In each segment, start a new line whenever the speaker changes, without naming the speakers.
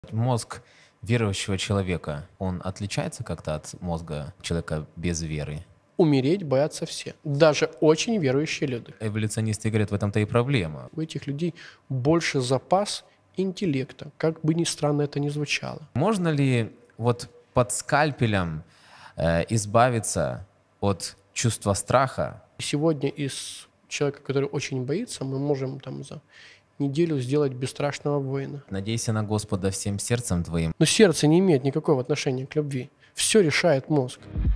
Мозг верующего человека, он отличается как-то от мозга человека без веры?
Умереть боятся все, даже очень верующие люди.
Эволюционисты говорят, в этом-то и проблема.
У этих людей больше запас интеллекта, как бы ни странно это ни звучало.
Можно ли вот под скальпелем избавиться от чувства страха?
Сегодня из человека, который очень боится, мы можем там за неделю сделать бесстрашного воина.
Надейся на Господа всем сердцем твоим.
Но сердце не имеет никакого отношения к любви. Все решает мозг.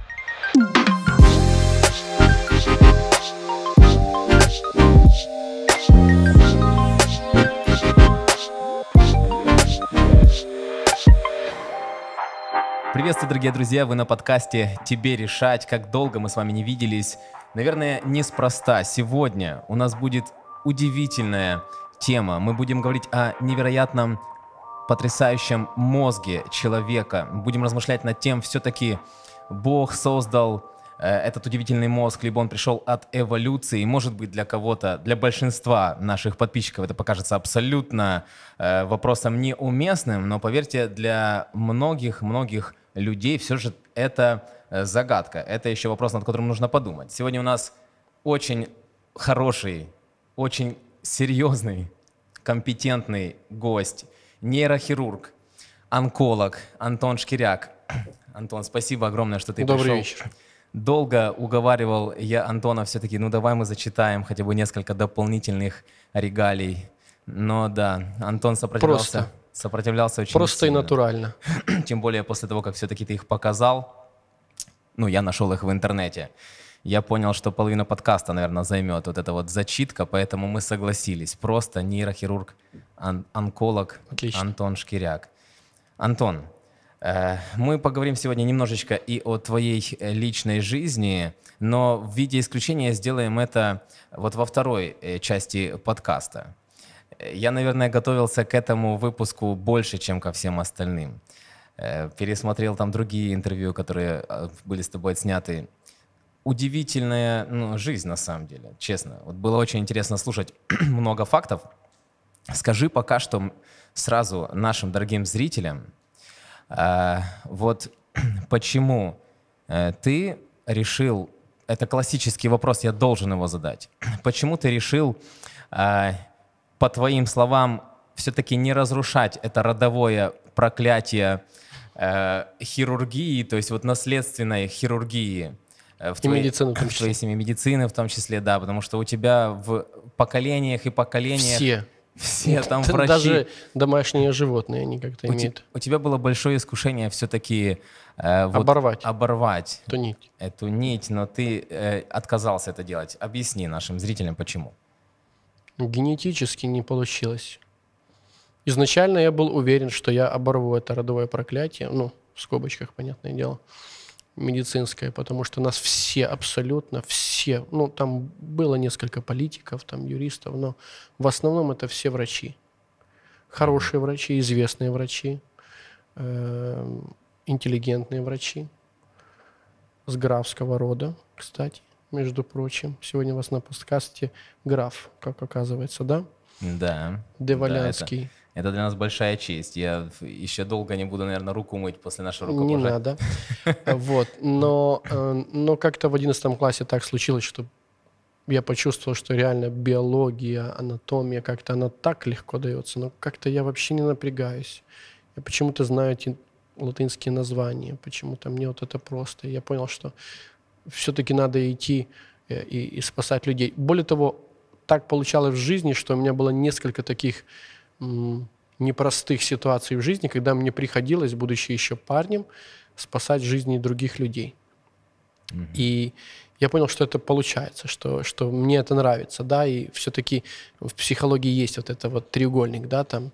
Приветствую, дорогие друзья! Вы на подкасте «Тебе решать». Как долго мы с вами не виделись. Наверное, неспроста. Сегодня у нас будет удивительная тема. Мы будем говорить о невероятном, потрясающем мозге человека. Будем размышлять над тем, все-таки Бог создал этот удивительный мозг, либо он пришел от эволюции. И, может быть, для кого-то, для большинства наших подписчиков это покажется абсолютно вопросом неуместным, но поверьте, для многих людей все же это загадка. Это еще вопрос, над которым нужно подумать. Сегодня у нас очень хороший, очень серьезный, компетентный гость, нейрохирург, онколог Антон Шкиряк. Антон, спасибо огромное, что ты пришел.
Добрый вечер.
Долго уговаривал я Антона все-таки, давай мы зачитаем хотя бы несколько дополнительных регалий. Но да, Антон сопротивлялся очень
Просто
сильно.
и натурально.
Тем более после того, как все-таки ты их показал, я нашел их в интернете. Я понял, что половина подкаста, наверное, займет вот эта вот зачитка, поэтому мы согласились. Просто нейрохирург, онколог.
Отлично.
Антон Шкиряк. Антон, мы поговорим сегодня немножечко и о твоей личной жизни, но в виде исключения сделаем это вот во второй части подкаста. Я, наверное, готовился к этому выпуску больше, чем ко всем остальным. Пересмотрел там другие интервью, которые были с тобой сняты. Удивительная жизнь, на самом деле, честно. Вот было очень интересно слушать много фактов. Скажи пока что сразу нашим дорогим зрителям, вот почему ты решил, это классический вопрос, я должен его задать, почему ты решил, по твоим словам, все-таки не разрушать это родовое проклятие хирургии, то есть вот наследственной хирургии, в твоей семье, медицины в том числе, да, потому что у тебя в поколениях и поколениях все там врачи.
Даже домашние животные они как-то имеют.
У тебя было большое искушение все-таки
оборвать
эту нить, но ты отказался это делать. Объясни нашим зрителям, почему.
Генетически не получилось. Изначально я был уверен, что я оборву это родовое проклятие, в скобочках, понятное дело, медицинское, потому что нас все, абсолютно все, там было несколько политиков, там юристов, но в основном это все врачи. Хорошие врачи, известные врачи, интеллигентные врачи с графского рода, кстати, между прочим. Сегодня у вас на подкасте граф, как оказывается, да?
Да.
Деволянский.
Да, это для нас большая честь. Я еще долго не буду, наверное, руку мыть после нашего рукопожатия.
Не надо. Вот. Но как-то в 11 классе так случилось, что я почувствовал, что реально биология, анатомия, как-то она так легко дается, но как-то я вообще не напрягаюсь. Я почему-то знаю эти латинские названия, почему-то мне вот это просто. Я понял, что все-таки надо идти и спасать людей. Более того, так получалось в жизни, что у меня было несколько таких непростых ситуаций в жизни, когда мне приходилось, будучи еще парнем, спасать жизни других людей. Mm-hmm. И я понял, что это получается, что мне это нравится, да, и все-таки в психологии есть вот это вот треугольник, да, там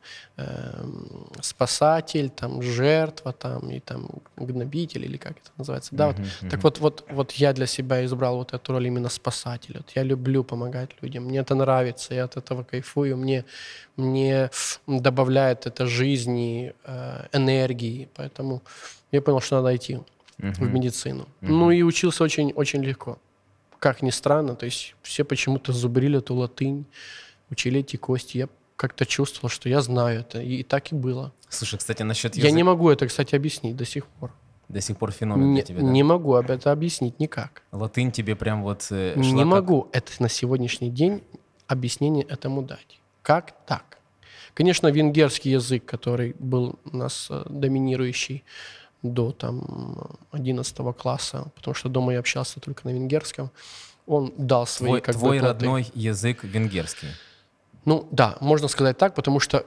спасатель, там жертва, там и там гнобитель, или как это называется, да, так я для себя избрал вот эту роль именно спасателя. Вот я люблю помогать людям, мне это нравится, я от этого кайфую, мне добавляет это жизни, энергии, поэтому я понял, что надо идти в медицину. И учился очень легко. Как ни странно, то есть все почему-то зубрили эту латынь, учили эти кости. Я как-то чувствовал, что я знаю это, и так и было.
Слушай, кстати, насчет
Я
языка
не могу это, кстати, объяснить до сих пор.
до сих пор феномен для тебя, да?
Не могу это объяснить никак.
Латынь тебе прям вот шла
Не
как...
могу это на сегодняшний день объяснение этому дать. Как так? Конечно, венгерский язык, который был у нас доминирующий до там 11 класса, потому что дома я общался только на венгерском, он дал свои
Твой
плоды.
родной язык венгерский.
Ну да, можно сказать так, потому что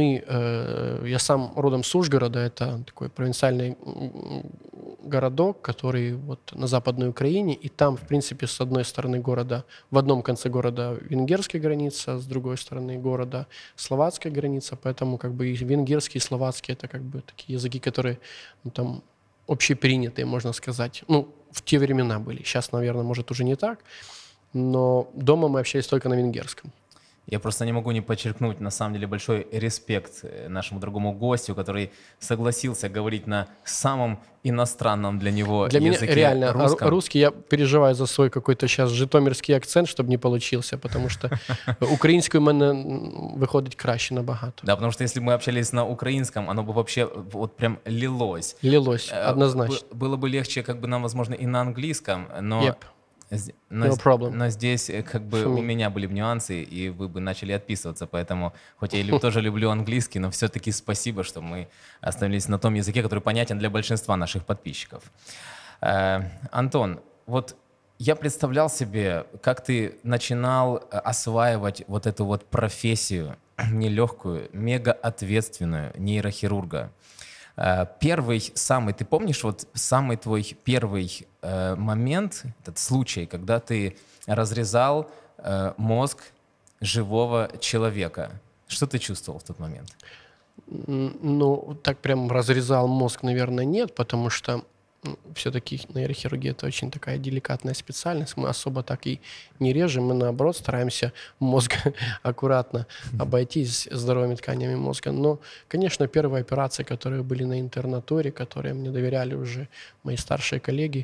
я сам родом с Ужгорода, это такой провинциальный городок, который вот на Западной Украине, и там, в принципе, с одной стороны города, в одном конце города венгерская граница, с другой стороны города словацкая граница, поэтому как бы и венгерский, и словацкий — это как бы такие языки, которые там общепринятые, можно сказать. Ну, в те времена были. Сейчас, наверное, может, уже не так, но дома мы общались только на венгерском.
Я просто не могу не подчеркнуть, на самом деле, большой респект нашему другому гостю, который согласился говорить на самом иностранном для него
для
языке,
меня реально
русском.
Русский, я переживаю за свой какой-то сейчас житомирский акцент, чтобы не получился, потому что українською в мене виходить краще набагато.
Да, потому что если бы мы общались на украинском, оно бы вообще вот прям лилось.
Лилось, однозначно.
Было бы легче, как бы нам, возможно, и на английском, но...
Yep. No problem.
Но здесь как бы у меня были бы нюансы, и вы бы начали отписываться, поэтому, хоть я тоже люблю английский, но все-таки спасибо, что мы остановились на том языке, который понятен для большинства наших подписчиков. Антон, вот я представлял себе, как ты начинал осваивать вот эту вот профессию нелегкую, мега ответственную нейрохирурга. Первый самый, ты помнишь, вот самый твой первый момент, этот случай, когда ты разрезал мозг живого человека? Что ты чувствовал в тот момент?
Ну, так прям разрезал мозг, наверное, нет, потому что все-таки нейрохирургия — это очень такая деликатная специальность. Мы особо так и не режем, мы наоборот стараемся мозг аккуратно обойтись здоровыми тканями мозга. Но, конечно, первые операции, которые были на интернатуре, которые мне доверяли уже мои старшие коллеги,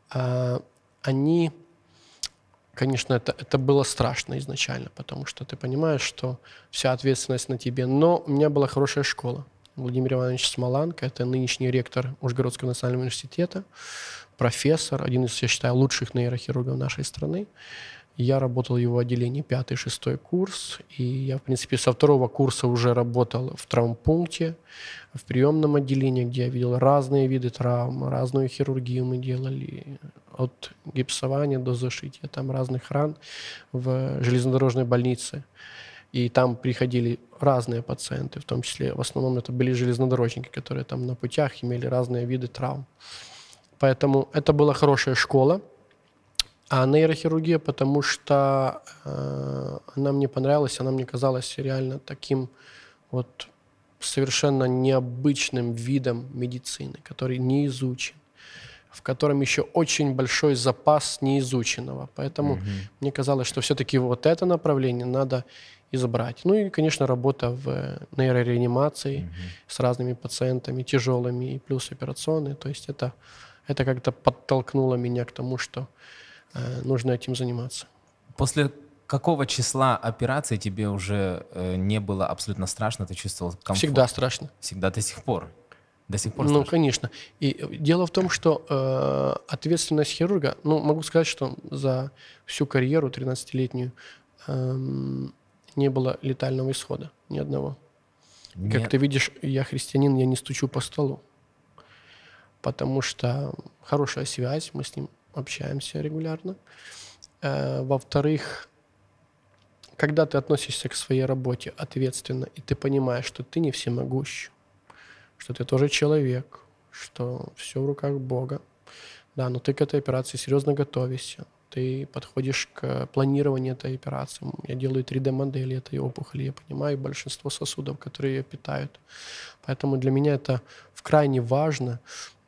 они, конечно, это было страшно изначально, потому что ты понимаешь, что вся ответственность на тебе. Но у меня была хорошая школа. Владимир Иванович Смоланко, это нынешний ректор Ужгородского национального университета, профессор, один из, я считаю, лучших нейрохирургов нашей страны. Я работал в его отделении 5-6 курс, и я, в принципе, со 2 курса уже работал в травмпункте, в приемном отделении, где я видел разные виды травм, разную хирургию мы делали, от гипсования до зашития там разных ран в железнодорожной больнице. И там приходили разные пациенты, в том числе, в основном это были железнодорожники, которые там на путях имели разные виды травм. Поэтому это была хорошая школа. А нейрохирургия, потому что она мне понравилась, она мне казалась реально таким вот совершенно необычным видом медицины, который не изучен, в котором еще очень большой запас неизученного. Поэтому мне казалось, что все-таки вот это направление надо избрать. Ну и, конечно, работа в нейрореанимации с разными пациентами, тяжелыми и плюс операционные. То есть это как-то подтолкнуло меня к тому, что нужно этим заниматься.
После какого числа операции тебе уже не было абсолютно страшно? Ты чувствовал комфорт?
Всегда страшно.
Всегда, до сих пор? До сих пор
Ну,
страшно?
конечно. И дело в том, что ответственность хирурга, ну, могу сказать, что за всю карьеру 13-летнюю не было летального исхода, ни одного.
Нет.
Как ты видишь, я христианин, я не стучу по столу, потому что хорошая связь, мы с ним общаемся регулярно. Во-вторых, когда ты относишься к своей работе ответственно, и ты понимаешь, что ты не всемогущ, что ты тоже человек, что все в руках Бога, да, но ты к этой операции серьезно готовишься, ты подходишь к планированию этой операции. Я делаю 3D-модели этой опухоли, я понимаю большинство сосудов, которые ее питают. Поэтому для меня это крайне важно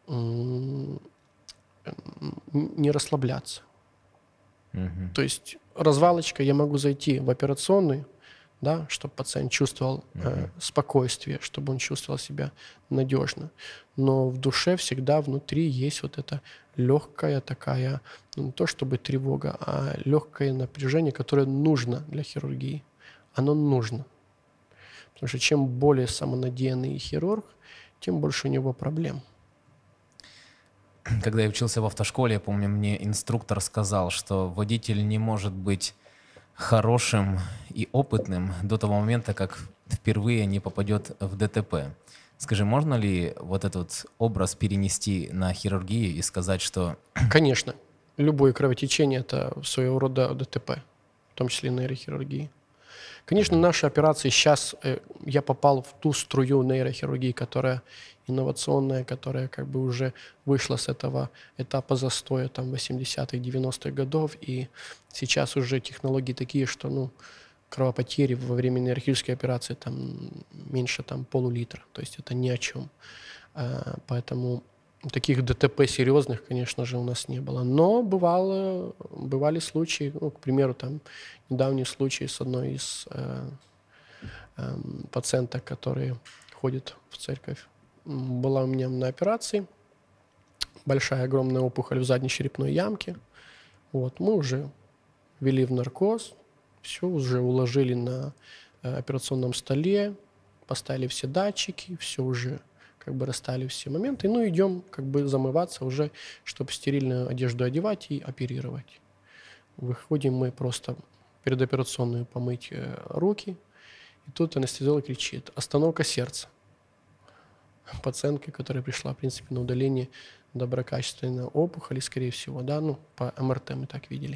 не расслабляться. То есть развалочка, я могу зайти в операционную, да, чтобы пациент чувствовал спокойствие, чтобы он чувствовал себя надежно. Но в душе всегда внутри есть вот эта легкая такая, ну, не то чтобы тревога, а легкое напряжение, которое нужно для хирургии. Оно нужно. Потому что чем более самонадеянный хирург, тем больше у него проблем.
Когда я учился в автошколе, я помню, мне инструктор сказал, что водитель не может быть хорошим и опытным до того момента, как впервые не попадет в ДТП. Скажи, можно ли вот этот образ перенести на хирургию и сказать, что...
Конечно, любое кровотечение – это своего рода ДТП, в том числе и нейрохирургии. Конечно, наши операции сейчас, я попал в ту струю нейрохирургии, которая инновационная, которая как бы уже вышла с этого этапа застоя там 80-х, 90-х годов, и сейчас уже технологии такие, что кровопотери во время нейрохирургической операции там меньше там полулитра, то есть это ни о чем. Поэтому таких ДТП серьезных, конечно же, у нас не было. Но бывали случаи, к примеру, там недавний случай с одной из пациенток, которые ходят в церковь. Была у меня на операции большая, огромная опухоль в задней черепной ямке. Вот, мы уже ввели в наркоз, все уже уложили на операционном столе, поставили все датчики, все уже как бы расставили все моменты. Ну, идем как бы замываться уже, чтобы стерильную одежду одевать и оперировать. Выходим мы просто предоперационную помыть руки. И тут анестезиолог кричит: остановка сердца. Пациентка, которая пришла, в принципе, на удаление доброкачественной опухоли, скорее всего, да, по МРТ мы так видели,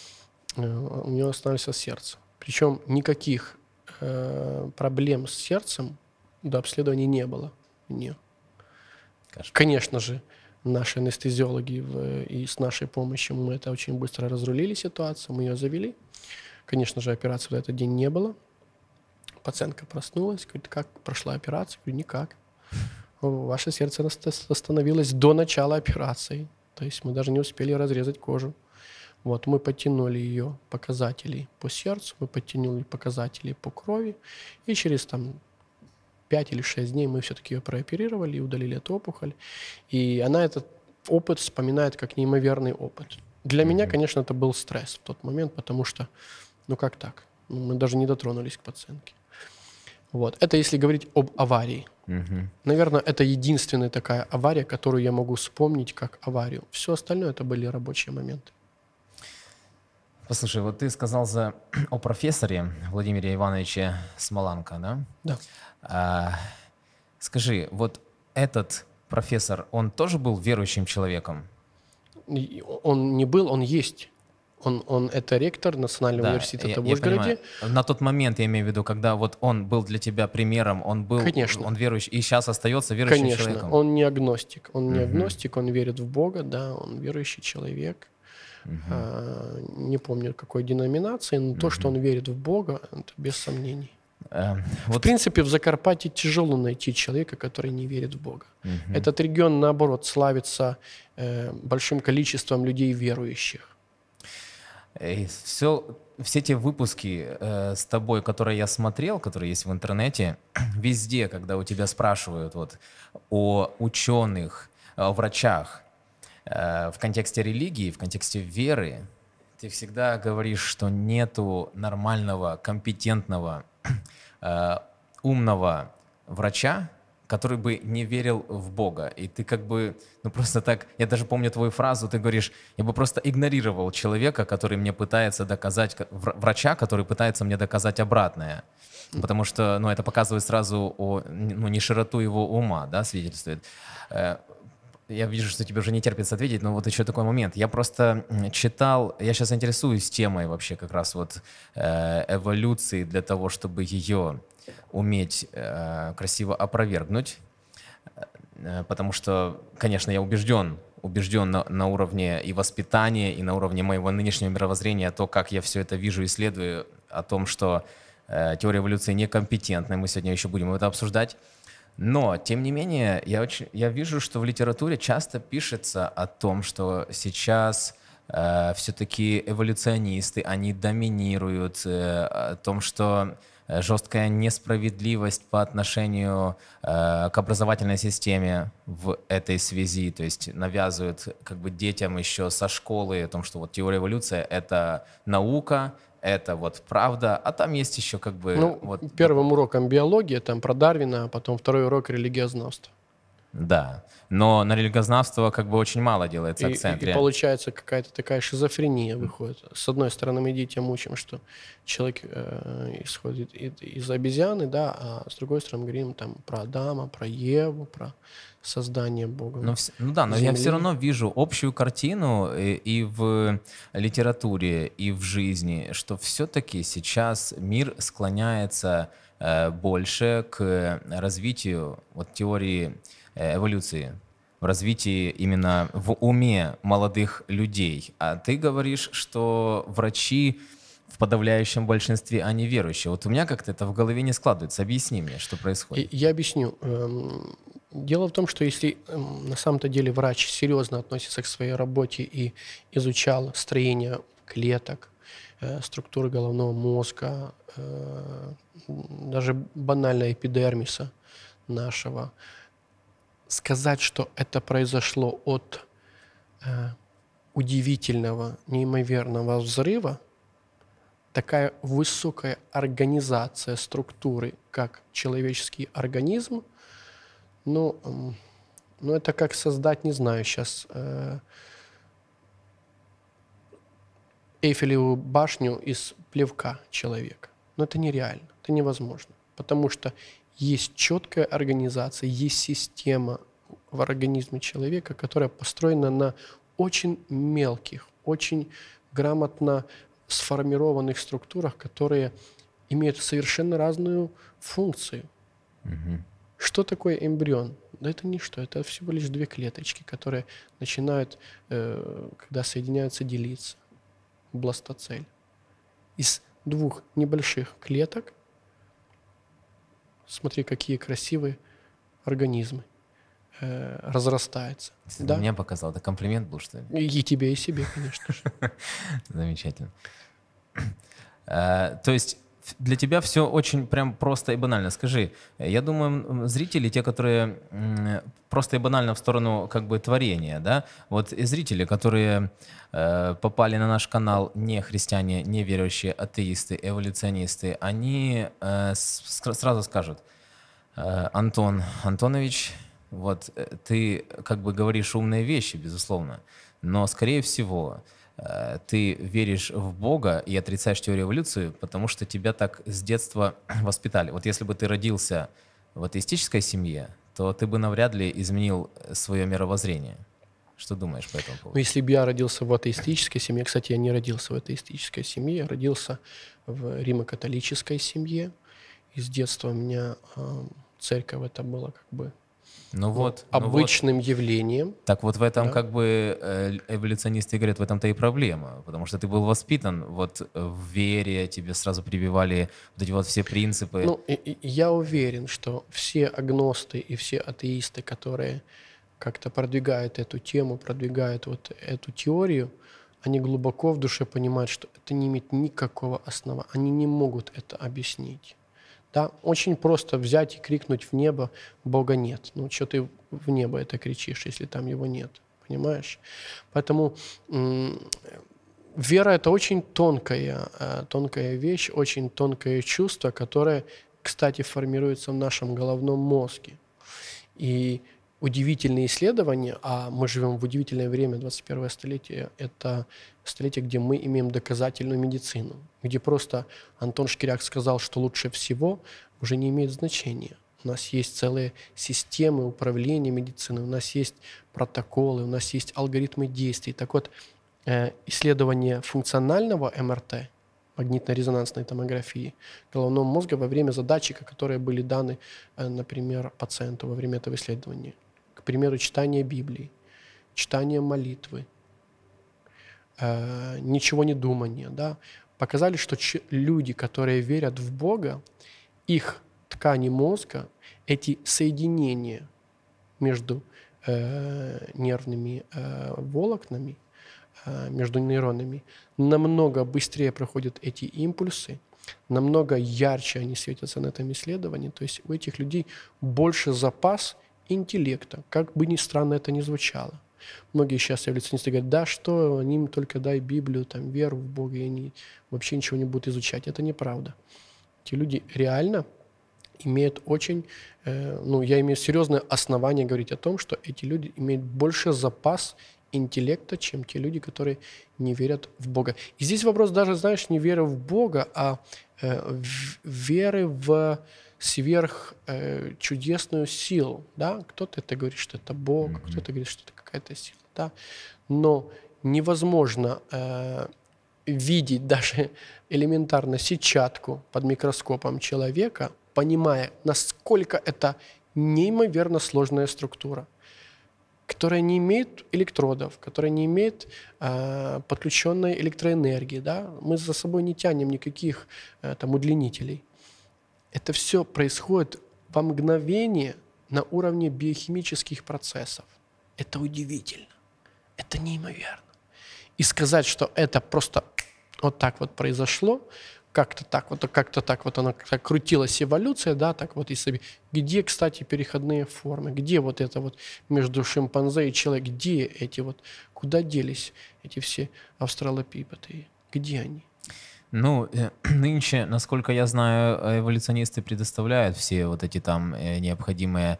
у нее остановилось сердце. Причем никаких проблем с сердцем до обследования не было у нее. Конечно же, наши анестезиологи и с нашей помощью мы это очень быстро разрулили ситуацию, мы ее завели. Конечно же, операции в этот день не было. Пациентка проснулась, говорит: как прошла операция? Я говорю: никак. Ваше сердце остановилось до начала операции. То есть мы даже не успели разрезать кожу. Вот, мы подтянули ее показатели по сердцу, мы подтянули показатели по крови. И через 5 или 6 дней мы все-таки ее прооперировали и удалили эту опухоль. И она этот опыт вспоминает как неимоверный опыт. Для меня, конечно, это был стресс в тот момент, потому что, как так? Мы даже не дотронулись к пациентке. Вот. Это если говорить об аварии. Наверное, это единственная такая авария, которую я могу вспомнить как аварию. Все остальное это были рабочие моменты.
Послушай, вот ты сказал о профессоре Владимире Ивановиче Смоланко, да?
Да.
Скажи, вот этот профессор, он тоже был верующим человеком?
Он не был, он есть. Он это ректор Национального университета в Ужгороде.
На тот момент, я имею в виду, когда вот он был для тебя примером, он был,
конечно,
он верующий, и сейчас остается верующим человеком?
Конечно, он не агностик. Он не агностик, он верит в Бога, да, он верующий человек. Не помню, какой деноминации, но то, что он верит в Бога, это без сомнений. В принципе, в Закарпатье тяжело найти человека, который не верит в Бога. Этот регион, наоборот, славится большим количеством людей верующих.
Все те выпуски с тобой, которые я смотрел, которые есть в интернете, везде, когда у тебя спрашивают о ученых, о врачах, в контексте религии, в контексте веры, ты всегда говоришь, что нету нормального, компетентного, умного врача, который бы не верил в Бога. И ты как бы, просто так, я даже помню твою фразу, ты говоришь: я бы просто игнорировал человека, который мне пытается доказать, врача, который пытается мне доказать обратное. Потому что, это показывает сразу не широту его ума, да, свидетельствует. Я вижу, что тебе уже не терпится ответить, но вот еще такой момент. Я просто читал, я сейчас интересуюсь темой вообще как раз эволюции для того, чтобы ее уметь красиво опровергнуть, потому что, конечно, я убежден на уровне и воспитания, и на уровне моего нынешнего мировоззрения, то, как я все это вижу, исследую, о том, что теория эволюции некомпетентна, мы сегодня еще будем это обсуждать. Но, тем не менее, я вижу, что в литературе часто пишется о том, что сейчас все-таки эволюционисты, они доминируют, о том, что жесткая несправедливость по отношению к образовательной системе в этой связи, то есть навязывают как бы детям еще со школы о том, что вот теория эволюции — это наука, это вот правда, а там есть еще как бы
Ну,
вот...
первым уроком биология, там про Дарвина, а потом второй урок религиознавства.
Да, но на религиознавство как бы очень мало делается акцент.
И получается какая-то такая шизофрения выходит. С одной стороны, мы детям учим, что человек исходит из обезьяны, да, а с другой стороны, мы говорим там про Адама, про Еву, про создание Богом.
Ну да, но я все
Земли.
равно вижу общую картину и в литературе, и в жизни, что все-таки сейчас мир склоняется больше к развитию вот теории эволюции, в развитии именно в уме молодых людей. А ты говоришь, что врачи в подавляющем большинстве, они верующие. Вот у меня как-то это в голове не складывается. Объясни мне, что происходит.
Я объясню. Дело в том, что если на самом-то деле врач серьезно относится к своей работе и изучал строение клеток, структуры головного мозга, даже банально эпидермиса нашего, сказать, что это произошло от удивительного, неимоверного взрыва, такая высокая организация структуры, как человеческий организм, ну это как создать, не знаю, сейчас Эйфелеву башню из плевка человека. Но это нереально, это невозможно, потому что есть четкая организация, есть система в организме человека, которая построена на очень мелких, очень грамотно сформированных структурах, которые имеют совершенно разную функцию.
Мгм.
Что такое эмбрион? Да это ничто, это всего лишь две клеточки, которые начинают, когда соединяются, делиться. Бластоцель. Из двух небольших клеток, смотри, какие красивые организмы, разрастается.
Ты
Да?
мне показал, это комплимент был, что ли?
И тебе, и себе, конечно же.
Замечательно. То есть для тебя все очень прям просто и банально. Скажи, я думаю, зрители, те, которые просто и банально в сторону как бы творения, да, вот и зрители, которые попали на наш канал, не христиане, не верующие, атеисты, эволюционисты, они сразу скажут: Антон Антонович, вот ты как бы говоришь умные вещи, безусловно, но, скорее всего, ты веришь в Бога и отрицаешь теорию эволюции, потому что тебя так с детства воспитали. Вот если бы ты родился в атеистической семье, то ты бы навряд ли изменил свое мировоззрение. Что думаешь по этому
Но
поводу?
если бы я родился в атеистической семье, кстати, я не родился в атеистической семье, я родился в римо-католической семье, и с детства у меня церковь это было как бы
Ну вот,
обычным явлением.
так вот в этом
Да.
как бы эволюционисты говорят, в этом-то и проблема, потому что ты был воспитан вот в вере, тебе сразу прививали вот эти вот все принципы.
Ну, и я уверен, что все агносты и все атеисты, которые как-то продвигают эту тему, продвигают вот эту теорию, они глубоко в душе понимают, что это не имеет никакого основания. Они не могут это объяснить. Да? Очень просто взять и крикнуть в небо: Бога нет. Ну, что ты в небо это кричишь, если там его нет? Понимаешь? Поэтому вера — это очень тонкая вещь, очень тонкое чувство, которое, кстати, формируется в нашем головном мозге. И удивительные исследования, а мы живем в удивительное время, 21 столетие, это столетие, где мы имеем доказательную медицину, где просто Антон Шкиряк сказал, что лучше всего, уже не имеет значения. У нас есть целые системы управления медициной, у нас есть протоколы, у нас есть алгоритмы действий. Так вот, исследование функционального МРТ, магнитно-резонансной томографии головного мозга во время задатчика, которые были даны, например, пациенту во время этого исследования. К примеру, читание Библии, читание молитвы, ничего не думания, да, показали, что люди, которые верят в Бога, их ткани мозга, эти соединения между нервными волокнами, между нейронами, намного быстрее проходят эти импульсы, намного ярче они светятся на этом исследовании. То есть у этих людей больше запас интеллекта, как бы ни странно это ни звучало. Многие сейчас эволюционисты говорят, да что, они им только дай Библию, там, веру в Бога, и они вообще ничего не будут изучать. Это неправда. Эти люди реально имеют очень, я имею серьезное основание говорить о том, что эти люди имеют больше запас интеллекта, чем те люди, которые не верят в Бога. И здесь вопрос даже, знаешь, не веры в Бога, а веры в сверхчудесную силу. Да? Кто-то это говорит, что это Бог, кто-то говорит, что это какая-то сила. Да? Но невозможно видеть даже элементарно сетчатку под микроскопом человека, понимая, насколько это неимоверно сложная структура, которая не имеет электродов, которая не имеет подключенной электроэнергии. Да? Мы за собой не тянем никаких там удлинителей. Это все происходит во мгновение на уровне биохимических процессов. Это удивительно. Это неимоверно. И сказать, что это просто вот так вот произошло, как-то так вот она так крутилась эволюция, да, так вот и себе. Где, кстати, переходные формы? Где вот это вот между шимпанзе и человеком? Где эти вот, куда делись эти все австралопипеды? Где они?
Ну, нынче, насколько я знаю, эволюционисты предоставляют все вот эти там необходимые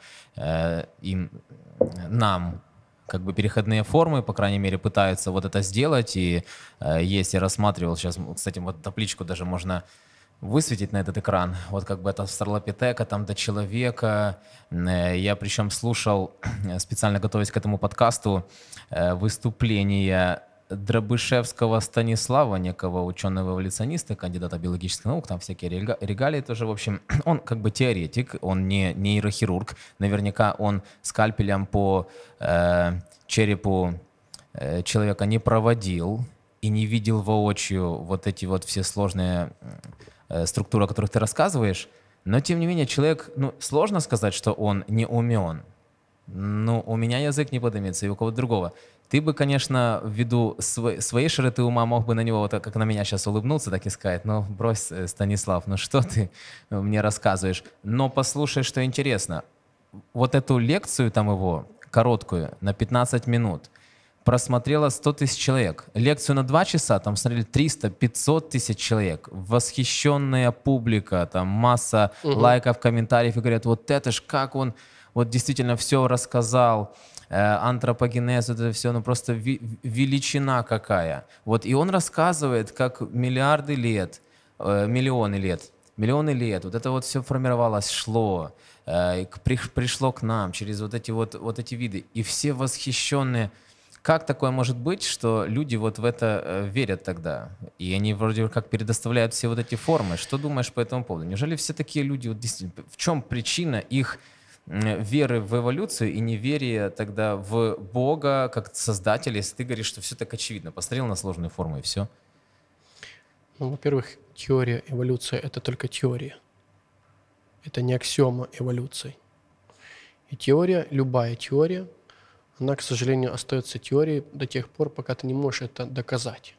нам как бы переходные формы, по крайней мере, пытаются вот это сделать. И есть, я рассматривал сейчас, кстати, вот табличку даже можно высветить на этот экран. Вот как бы от австралопитека там до человека. Я причем слушал, специально готовясь к этому подкасту, выступление Дробышевского Станислава, некого ученого-эволюциониста, кандидата биологических наук, там всякие регалии тоже, в общем. Он как бы теоретик, он не нейрохирург. Наверняка он скальпелем по черепу человека не проводил и не видел воочию вот эти вот все сложные структуры, о которых ты рассказываешь. Но, тем не менее, человек, сложно сказать, что он не умен. У меня язык не поднимется, и у кого-то другого. Ты бы, конечно, ввиду своей широты ума мог бы на него, вот как на меня сейчас улыбнуться, так и сказать, брось, Станислав, что ты мне рассказываешь? Но послушай, что интересно. Вот эту лекцию там его, короткую, на 15 минут, просмотрело 100 тысяч человек. Лекцию на 2 часа там смотрели 300-500 тысяч человек. Восхищенная публика, там масса лайков, комментариев, и говорят, вот это ж как он вот действительно все рассказал, антропогенез, это все, просто величина какая. Вот, и он рассказывает, как миллионы лет, вот это вот все формировалось, шло, пришло к нам через вот эти виды. И все восхищенные. Как такое может быть, что люди вот в это верят тогда? И они вроде как предоставляют все вот эти формы. Что думаешь по этому поводу? Неужели все такие люди, вот действительно, в чем причина их веры в эволюцию и неверия тогда в Бога как создателя, если ты говоришь, что все так очевидно? Посмотрел на сложную форму и все.
Во-первых, теория эволюции — это только теория. Это не аксиома эволюции. И теория, любая теория, она, к сожалению, остается теорией до тех пор, пока ты не можешь это доказать.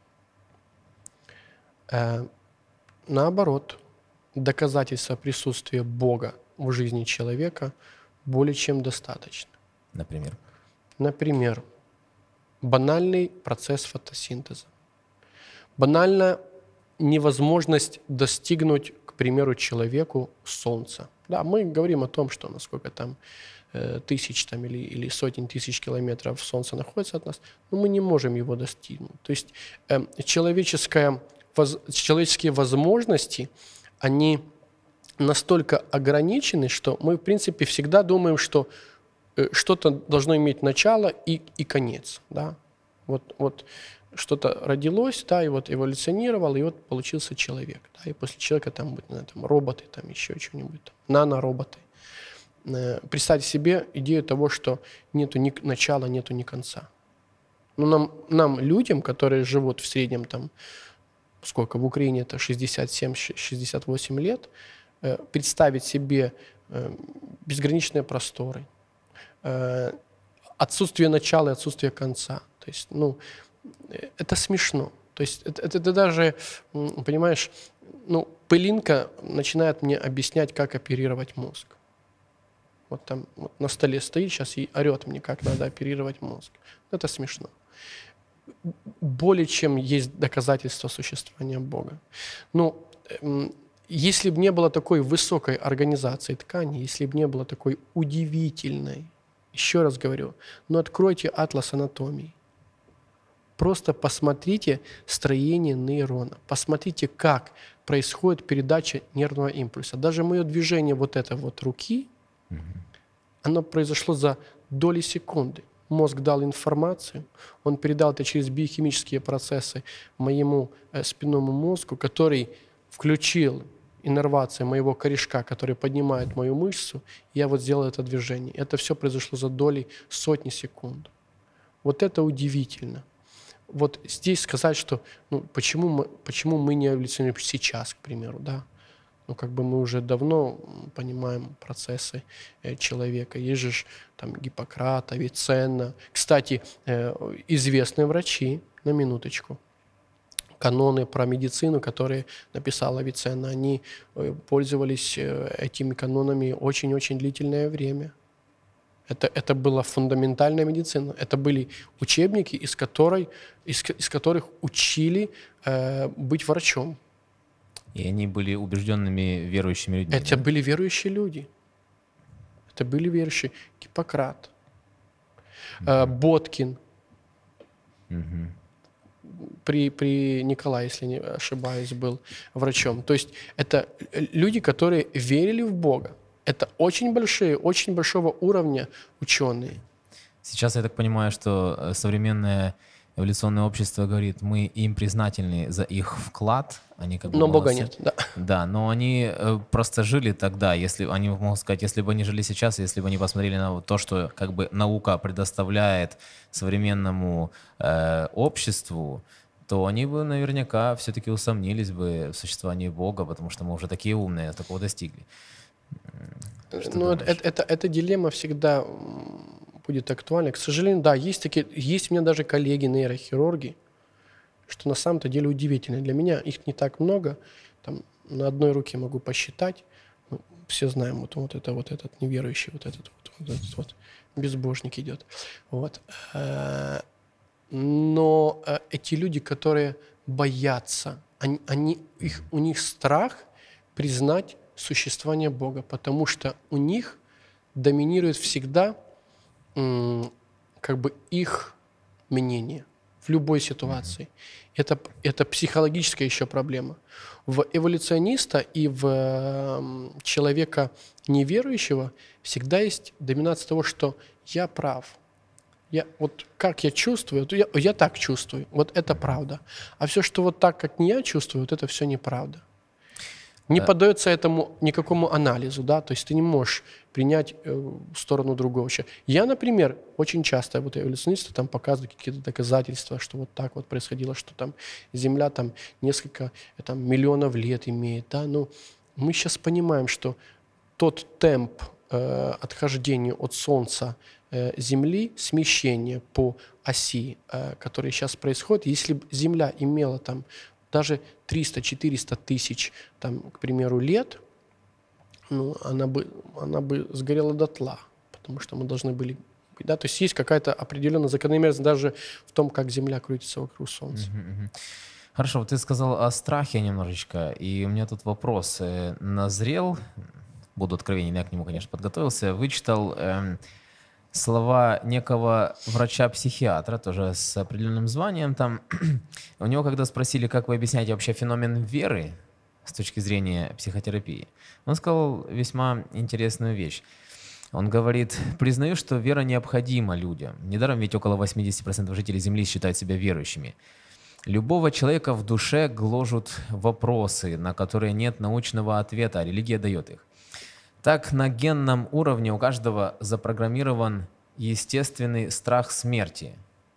Наоборот, доказательства присутствия Бога в жизни человека более чем достаточно.
Например?
Например, банальный процесс фотосинтеза. Банальная невозможность достигнуть, к примеру, человеку Солнца. Да, мы говорим о том, что насколько там тысяч там, или сотен тысяч километров Солнце находится от нас, но мы не можем его достигнуть. То есть человеческие возможности, они настолько ограничены, что мы, в принципе, всегда думаем, что что-то должно иметь начало и конец. Да? Вот что-то родилось, да, и вот эволюционировало, и вот получился человек. Да? И после человека там будут роботы, там еще что-нибудь, там, нанороботы. Представьте себе идею того, что нету ни начала, нету ни конца. Но нам, людям, которые живут в среднем там, сколько в Украине, это 67-68 лет, представить себе безграничные просторы, отсутствие начала и отсутствие конца. То есть, это смешно. То есть это даже, понимаешь, Ну, пылинка начинает мне объяснять, как оперировать мозг. Вот там вот на столе стоит сейчас и орет мне, как надо оперировать мозг. Это смешно. Более чем есть доказательства существования Бога. Ну, если бы не было такой высокой организации ткани, если бы не было такой удивительной, еще раз говорю, ну откройте атлас анатомии. Просто посмотрите строение нейрона, посмотрите, как происходит передача нервного импульса. Даже мое движение вот это вот руки, оно произошло за доли секунды. Мозг дал информацию, он передал это через биохимические процессы моему спинному мозгу, который включил иннервации моего корешка, который поднимает мою мышцу, и я вот сделал это движение. Это все произошло за доли сотни секунд. Вот это удивительно. Вот здесь сказать, что почему мы не эволюционируем сейчас, к примеру, да? Ну, как бы мы уже давно понимаем процессы человека. Есть же там Гиппократ, Авиценна. Кстати, известные врачи, на минуточку, каноны про медицину, которые написал Авиценна, они пользовались этими канонами очень-очень длительное время. Это была фундаментальная медицина. Это были учебники, из которых учили быть врачом.
И они были убежденными верующими людьми.
Это были верующие люди. Это были верующие. Гиппократ, Боткин, при Николае, если не ошибаюсь, был врачом. То есть это люди, которые верили в Бога. Это очень большого уровня ученые.
Сейчас я так понимаю, что современное эволюционное общество говорит, мы им признательны за их вклад, они как бы
но
молодцы.
Бога нет, да.
Да, но они просто жили тогда, если они могут сказать, если бы они жили сейчас, если бы они посмотрели на то, что как бы наука предоставляет современному обществу, то они бы наверняка все-таки усомнились бы в существовании Бога, потому что мы уже такие умные, такого достигли.
Ну, эта дилемма всегда будет актуальна. К сожалению, да, есть у меня даже коллеги-нейрохирурги, что на самом-то деле удивительно. Для меня их не так много. Там, на одной руке могу посчитать. Ну, все знаем, вот этот неверующий, вот этот безбожник идет. Вот. Но эти люди, которые боятся, у них страх признать существование Бога, потому что у них доминирует всегда как бы их мнение в любой ситуации. Это психологическая еще проблема. В эволюциониста и в человека неверующего всегда есть доминация того, что я прав. Вот как я чувствую, я так чувствую, вот это правда. А все, что вот так, как не я чувствую, вот это все неправда. Не поддается этому никакому анализу, да, то есть ты не можешь принять сторону другого человека. Я, например, очень часто вот эволюционисты там показывают какие-то доказательства, что вот так вот происходило, что там Земля там несколько миллионов лет имеет, да, ну мы сейчас понимаем, что тот темп отхождения от Солнца Земли, смещение по оси, которое сейчас происходит, если бы Земля имела там даже 300-400 тысяч, там, к примеру, лет, ну, она бы сгорела дотла, потому что мы должны были... Да, то есть есть какая-то определенная закономерность даже в том, как Земля крутится вокруг Солнца.
Хорошо, вот ты сказал о страхе немножечко, и у меня тут вопрос. Назрел, буду откровенен, я к нему, конечно, подготовился, вычитал слова некого врача-психиатра, тоже с определенным званием там. У него, когда спросили, как вы объясняете вообще феномен веры с точки зрения психотерапии, он сказал весьма интересную вещь. Он говорит, признаю, что вера необходима людям. Недаром ведь около 80% жителей Земли считают себя верующими. Любого человека в душе гложут вопросы, на которые нет научного ответа, а религия дает их. Так, на генном уровне у каждого запрограммирован естественный страх смерти.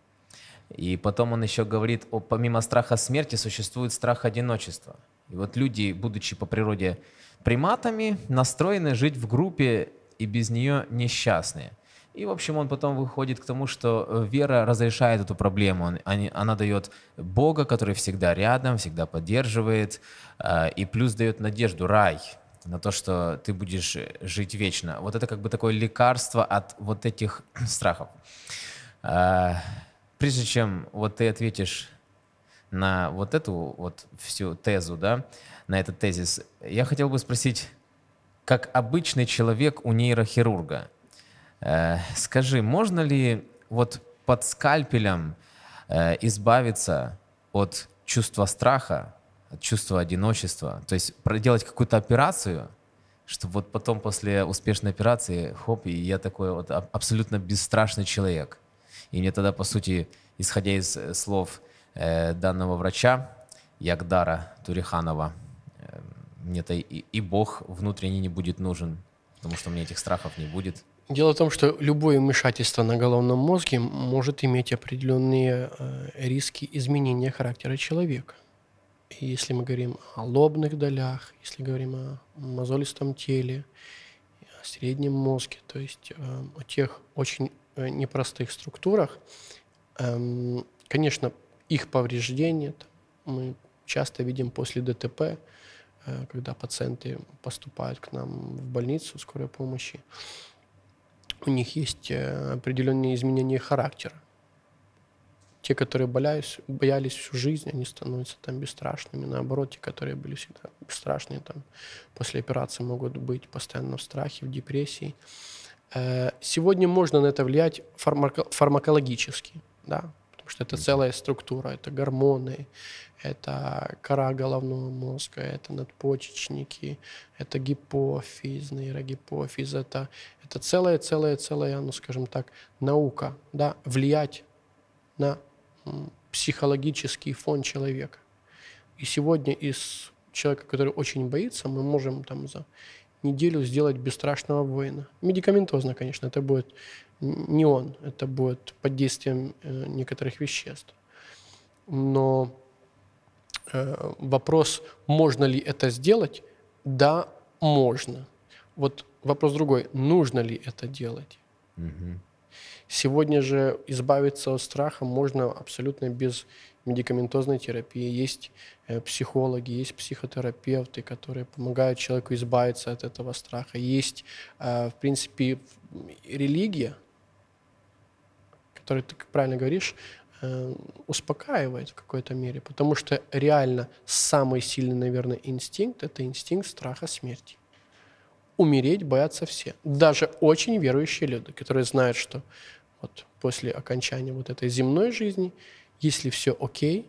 И потом он еще говорит, помимо страха смерти существует страх одиночества. И вот люди, будучи по природе приматами, настроены жить в группе и без нее несчастные. И, в общем, он потом выходит к тому, что вера разрешает эту проблему. Она дает Бога, который всегда рядом, всегда поддерживает, и плюс дает надежду, рай, на то, что ты будешь жить вечно. Вот это как бы такое лекарство от вот этих страхов. Прежде чем вот ты ответишь на вот эту вот всю тезу, да, на этот тезис, я хотел бы спросить, как обычный человек у нейрохирурга, скажи, можно ли вот под скальпелем избавиться от чувства страха, от чувства одиночества, то есть проделать какую-то операцию, чтобы вот потом после успешной операции, хоп, и я такой вот абсолютно бесстрашный человек. И мне тогда, по сути, исходя из слов данного врача, Ягдара Туриханова, мне-то и Бог внутренний не будет нужен, потому что у меня этих страхов не будет.
Дело в том, что любое вмешательство на головном мозге может иметь определенные риски изменения характера человека. И если мы говорим о лобных долях, если говорим о мозолистом теле, о среднем мозге, то есть о тех очень непростых структурах, конечно, их повреждение мы часто видим после ДТП, когда пациенты поступают к нам в больницу скорой помощи. У них есть определенные изменения характера. Те, которые боялись всю жизнь, они становятся там бесстрашными. Наоборот, те, которые были всегда бесстрашные, там, после операции могут быть постоянно в страхе, в депрессии. Сегодня можно на это влиять фармакологически, да, потому что это целая структура, это гормоны, это кора головного мозга, это надпочечники, это гипофиз, нейрогипофиз, это целая, ну, скажем так, наука, да, влиять на психологический фон человека. И сегодня из человека, который очень боится, мы можем там за неделю сделать бесстрашного воина. Медикаментозно, конечно, это будет не он, это будет под действием некоторых веществ. Но вопрос, можно ли это сделать? Да, можно. Вот вопрос другой, нужно ли это делать?
Мгм.
Сегодня же избавиться от страха можно абсолютно без медикаментозной терапии. Есть психологи, есть психотерапевты, которые помогают человеку избавиться от этого страха. Есть, в принципе, религия, которая, ты как правильно говоришь, успокаивает в какой-то мере, потому что реально самый сильный, наверное, инстинкт – это инстинкт страха смерти. Умереть боятся все. Даже очень верующие люди, которые знают, что вот после окончания вот этой земной жизни, если все окей,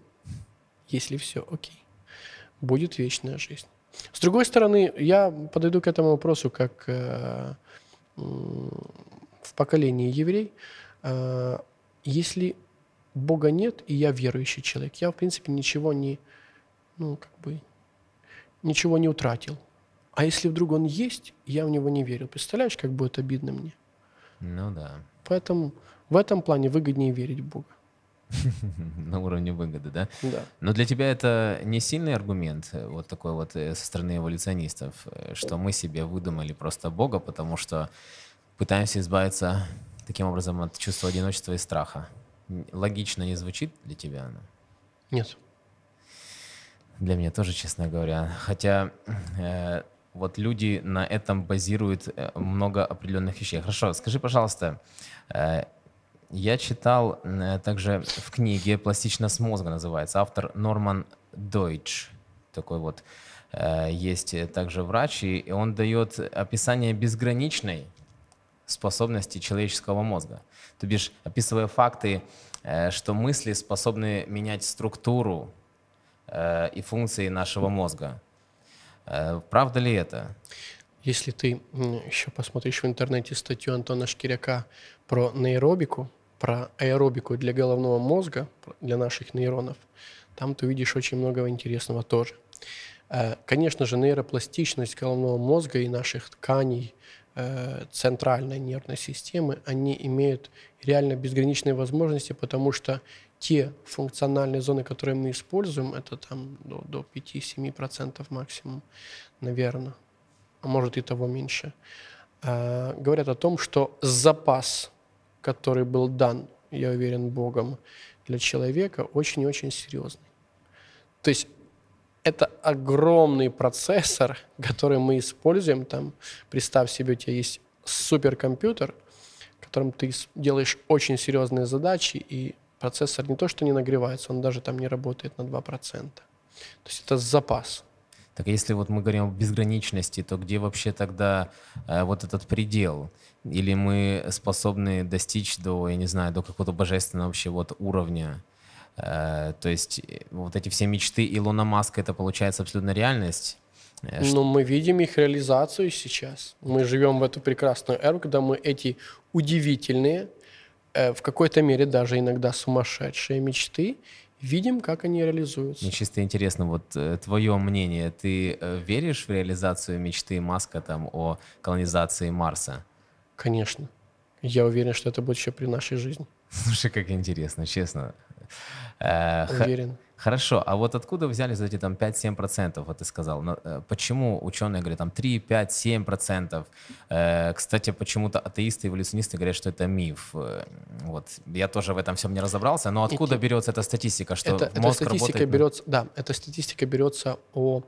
будет вечная жизнь. С другой стороны, я подойду к этому вопросу как в поколении еврей. Если Бога нет, и я верующий человек, я, в принципе, ничего не утратил. А если вдруг он есть, я в него не верю. Представляешь, как будет обидно мне?
Ну да,
Поэтому в этом плане выгоднее верить в Бога.
на уровне выгоды, да?
Да.
Но для тебя это не сильный аргумент, вот такой вот со стороны эволюционистов, что мы себе выдумали просто Бога, потому что пытаемся избавиться таким образом от чувства одиночества и страха. Логично не звучит для тебя?
Нет.
Для меня тоже, честно говоря. Хотя вот люди на этом базируют много определенных вещей. Хорошо, скажи, пожалуйста, я читал также в книге «Пластичность мозга» называется, автор Норман Дойч, такой вот есть также врач, и он дает описание безграничной способности человеческого мозга. То бишь, описывая факты, что мысли способны менять структуру и функции нашего мозга. Правда ли это?
Если ты еще посмотришь в интернете статью Антона Шкиряка про нейробику, про аэробику для головного мозга, для наших нейронов, там ты увидишь очень много интересного тоже. Конечно же, нейропластичность головного мозга и наших тканей центральной нервной системы, они имеют реально безграничные возможности, потому что те функциональные зоны, которые мы используем, это там до 5-7% максимум, наверное, а может и того меньше, говорят о том, что запас который был дан, я уверен, Богом для человека, очень-очень серьезный. То есть это огромный процессор, который мы используем. Там, представь себе, у тебя есть суперкомпьютер, которым ты делаешь очень серьезные задачи, и процессор не то что не нагревается, он даже там не работает на 2%. То есть это запас.
Так если вот мы говорим о безграничности, то где вообще тогда вот этот предел? Или мы способны достичь до, я не знаю, до какого-то божественного вообще вот уровня? То есть вот эти все мечты Илона Маска, это получается абсолютно реальность?
Но мы видим их реализацию сейчас. Мы живем в эту прекрасную эру, когда мы эти удивительные, в какой-то мере даже иногда сумасшедшие мечты видим, как они реализуются.
Мне чисто интересно, вот твое мнение, ты веришь в реализацию мечты Маска там о колонизации Марса?
Конечно. Я уверен, что это будет еще при нашей жизни.
Слушай, как интересно, честно.
Уверен.
Хорошо, а вот откуда взялись эти там 5-7%, вот ты сказал? Почему ученые говорят там 3, 5, 7%? Кстати, почему-то атеисты, эволюционисты говорят, что это миф. Вот. Я тоже в этом всем не разобрался, но откуда берется эта статистика, что мозг работает?
Эта статистика берется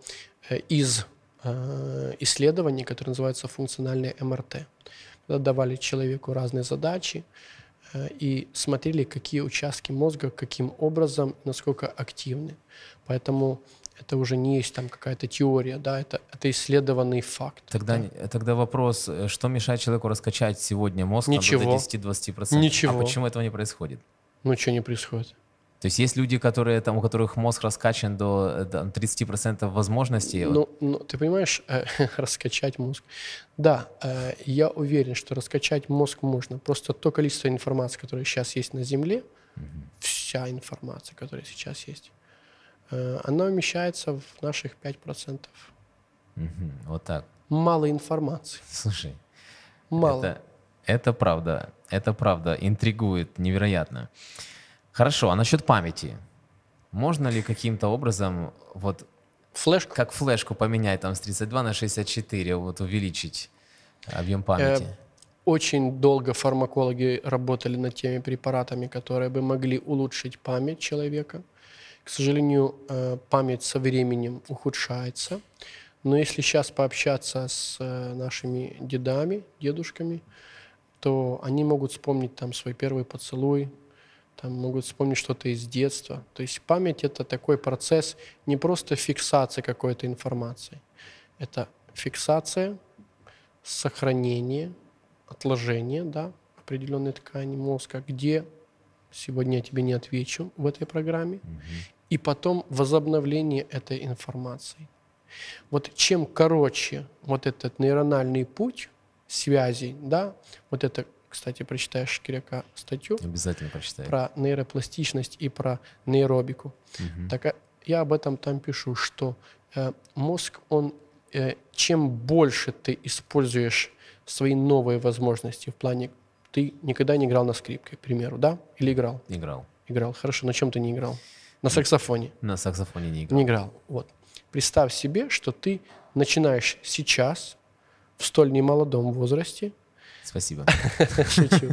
из исследований, которые называются функциональные МРТ. Когда давали человеку разные задачи, и смотрели, какие участки мозга, каким образом, насколько активны. Поэтому это уже не есть там какая-то теория, да, это исследованный факт.
Тогда вопрос, что мешает человеку раскачать сегодня мозг до 10-20%?
Ничего.
А почему этого не происходит?
Ну, что не происходит?
То есть есть люди, которые, там, у которых мозг раскачан до 30% возможностей?
Ну, ты понимаешь, раскачать мозг. Да, я уверен, что раскачать мозг можно. Просто то количество информации, которое сейчас есть на Земле, вся информация, которая сейчас есть, она умещается в наших 5%.
Вот так.
Мало информации.
Слушай,
мало.
Это правда интригует невероятно. Хорошо, а насчет памяти? Можно ли каким-то образом вот
флешку?
Как флешку поменять там с 32 на 64, вот увеличить объем памяти?
Очень долго фармакологи работали над теми препаратами, которые бы могли улучшить память человека. К сожалению, память со временем ухудшается. Но если сейчас пообщаться с нашими дедами, дедушками, то они могут вспомнить там свой первый поцелуй, там могут вспомнить что-то из детства. То есть память — это такой процесс не просто фиксации какой-то информации. Это фиксация, сохранение, отложение, да, определенной ткани мозга, где сегодня я тебе не отвечу в этой программе, и потом возобновление этой информации. Вот чем короче вот этот нейрональный путь связей, да, вот это, кстати, прочитаешь Киряка статью.
Обязательно прочитаю.
Про нейропластичность и про нейробику. Так я об этом там пишу, что мозг, он, чем больше ты используешь свои новые возможности в плане, ты никогда не играл на скрипке, к примеру, да? Или играл?
Играл.
Играл. Хорошо. На чем ты не играл? На саксофоне?
На саксофоне не играл.
Не играл. Вот. Представь себе, что ты начинаешь сейчас, в столь немолодом возрасте,
Спасибо.
Шучу.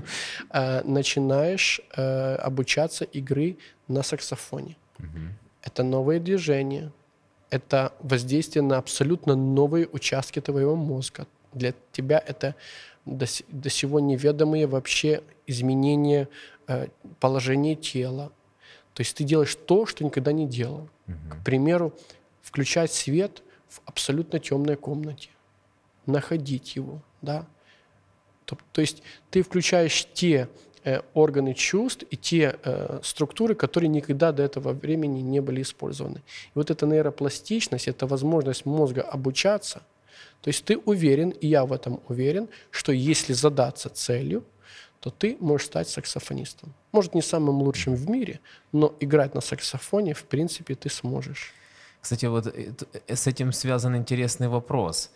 Начинаешь обучаться игры на саксофоне. Это новые движения, это воздействие на абсолютно новые участки твоего мозга. Для тебя это до сего неведомые вообще изменения положения тела. То есть ты делаешь то, что никогда не делал. К примеру, включать свет в абсолютно темной комнате, находить его, да. То есть ты включаешь те органы чувств и те структуры, которые никогда до этого времени не были использованы. И вот эта нейропластичность, это возможность мозга обучаться. То есть ты уверен, и я в этом уверен, что если задаться целью, то ты можешь стать саксофонистом. Может, не самым лучшим в мире, но играть на саксофоне, в принципе, ты сможешь.
Кстати, вот с этим связан интересный вопрос.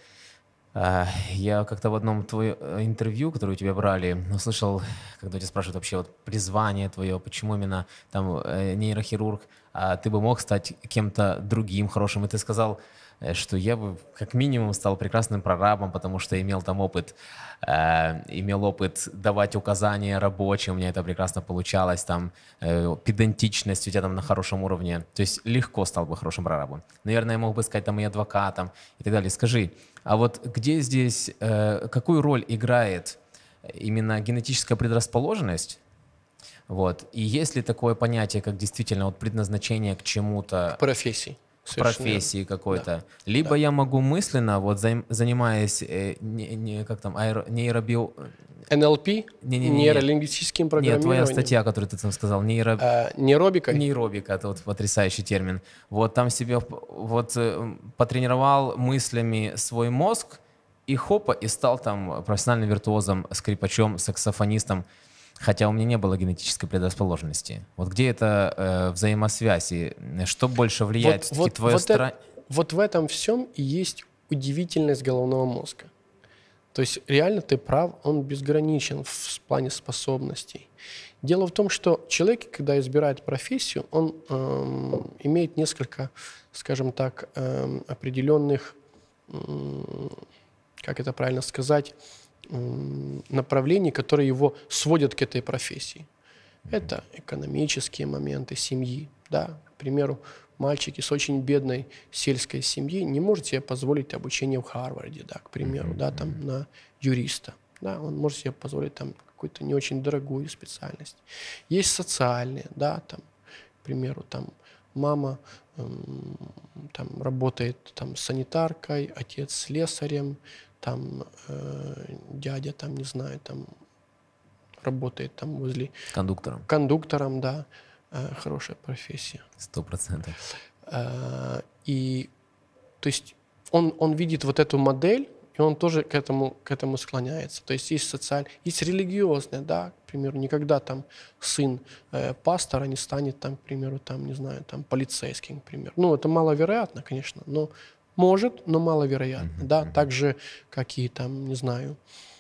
Я как-то в одном твоем интервью, которое у тебя брали, услышал, когда тебя спрашивают вообще вот призвание твое, почему именно там нейрохирург, а ты бы мог стать кем-то другим хорошим, и ты сказал, что я бы как минимум стал прекрасным прорабом, потому что имел там опыт, имел опыт давать указания рабочим, у меня это прекрасно получалось, там педантичность у тебя там на хорошем уровне, то есть легко стал бы хорошим прорабом. Наверное, я мог бы сказать там и адвокатом и так далее. Скажи, а вот где здесь, какую роль играет именно генетическая предрасположенность? Вот. И есть ли такое понятие, как действительно вот предназначение к чему-то?
Профессии.
К профессии какой-то.
Да.
Либо
Да.
я могу мысленно, вот занимаясь как там,
НЛП,
Не-не-не.
нейролингвистическим
Нет,
программированием.
твоя статья, которую ты там сказал,
Нейробикой.
нейробика, это вот потрясающий термин. Вот там себе вот потренировал мыслями свой мозг, и хопа, и стал там профессиональным виртуозом, скрипачом, саксофонистом. Хотя у меня не было генетической предрасположенности. Вот где эта взаимосвязь? И что больше влияет?
Вот в этом всем и есть удивительность головного мозга. То есть реально ты прав, он безграничен в плане способностей. Дело в том, что человек, когда избирает профессию, он имеет несколько, скажем так, определенных, как это правильно сказать, направлений, которые его сводят к этой профессии. Это экономические моменты семьи. Да? К примеру, мальчик из очень бедной сельской семьи не может себе позволить обучение в Харварде, да, к примеру, да, там, на юриста. Да? Он может себе позволить там какую-то не очень дорогую специальность. Есть социальные, да, там, к примеру, там, мама там, работает там, санитаркой, отец слесарем, там дядя, там, не знаю, там работает там возле... Кондуктором, да. Хорошая профессия.
100%.
И, то есть, он видит вот эту модель, и он тоже к этому склоняется. То есть, есть религиозное, да, к примеру, никогда там сын пастора не станет, там, к примеру, там, не знаю, там, полицейским, к примеру. Ну, это маловероятно, конечно, но может, но маловероятно, да, так же, как и там, не знаю,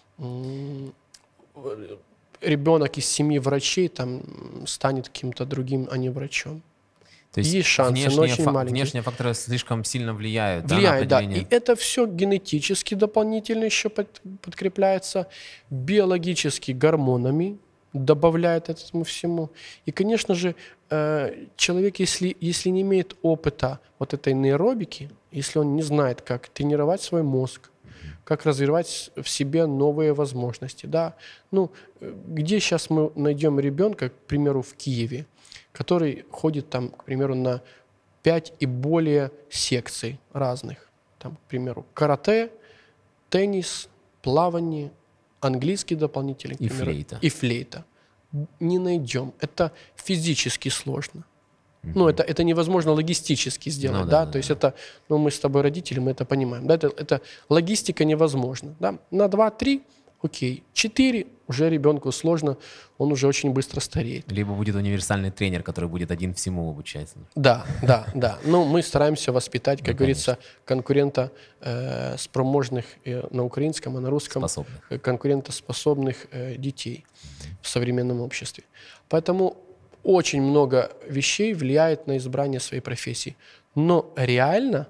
ребенок из семьи врачей там станет каким-то другим, а не врачом.
То есть
шансы, но очень маленькие.
Внешние факторы слишком сильно влияют,
влияют,
да, на определение?
Да. И это все генетически дополнительно еще подкрепляется, биологически гормонами добавляет этому всему. И, конечно же, человек, если не имеет опыта вот этой нейробики, если он не знает, как тренировать свой мозг, как развивать в себе новые возможности. Да? Ну, где сейчас мы найдем ребенка, к примеру, в Киеве, который ходит, там, к примеру, на 5 и более секций разных. Там, к примеру, карате, теннис, плавание, английский дополнительный, к примеру, и флейта. Не найдем. Это физически сложно. Ну, это невозможно логистически сделать, да? То есть это, ну, мы с тобой родители, мы это понимаем, да? Это логистика невозможна, да? На 2-3, окей, 4 уже ребенку сложно, он уже очень быстро стареет.
Либо будет универсальный тренер, который будет один всему обучать.
Да. Ну, мы стараемся воспитать, как говорится, конкурента спроможных на украинском, а на русском конкурентоспособных детей в современном обществе. Поэтому очень много вещей влияет на избрание своей профессии. Но реально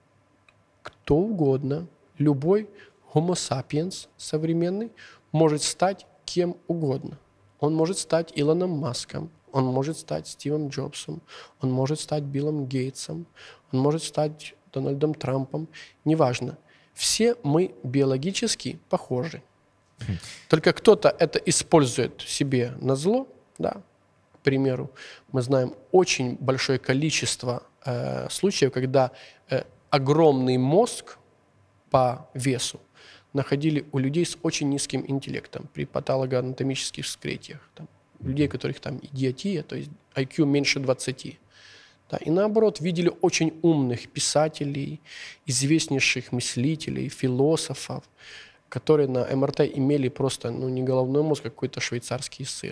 кто угодно, любой Homo sapiens современный может стать кем угодно. Он может стать Илоном Маском, он может стать Стивом Джобсом, он может стать Биллом Гейтсом, он может стать Дональдом Трампом. Неважно. Все мы биологически похожи. Только кто-то это использует себе на зло, да. К примеру, мы знаем очень большое количество случаев, когда огромный мозг по весу находили у людей с очень низким интеллектом при патологоанатомических вскрытиях. Там, людей, у которых там идиотия, то есть IQ меньше 20. Да, и наоборот, видели очень умных писателей, известнейших мыслителей, философов, которые на МРТ имели просто, ну, не головной мозг, а какой-то швейцарский сыр.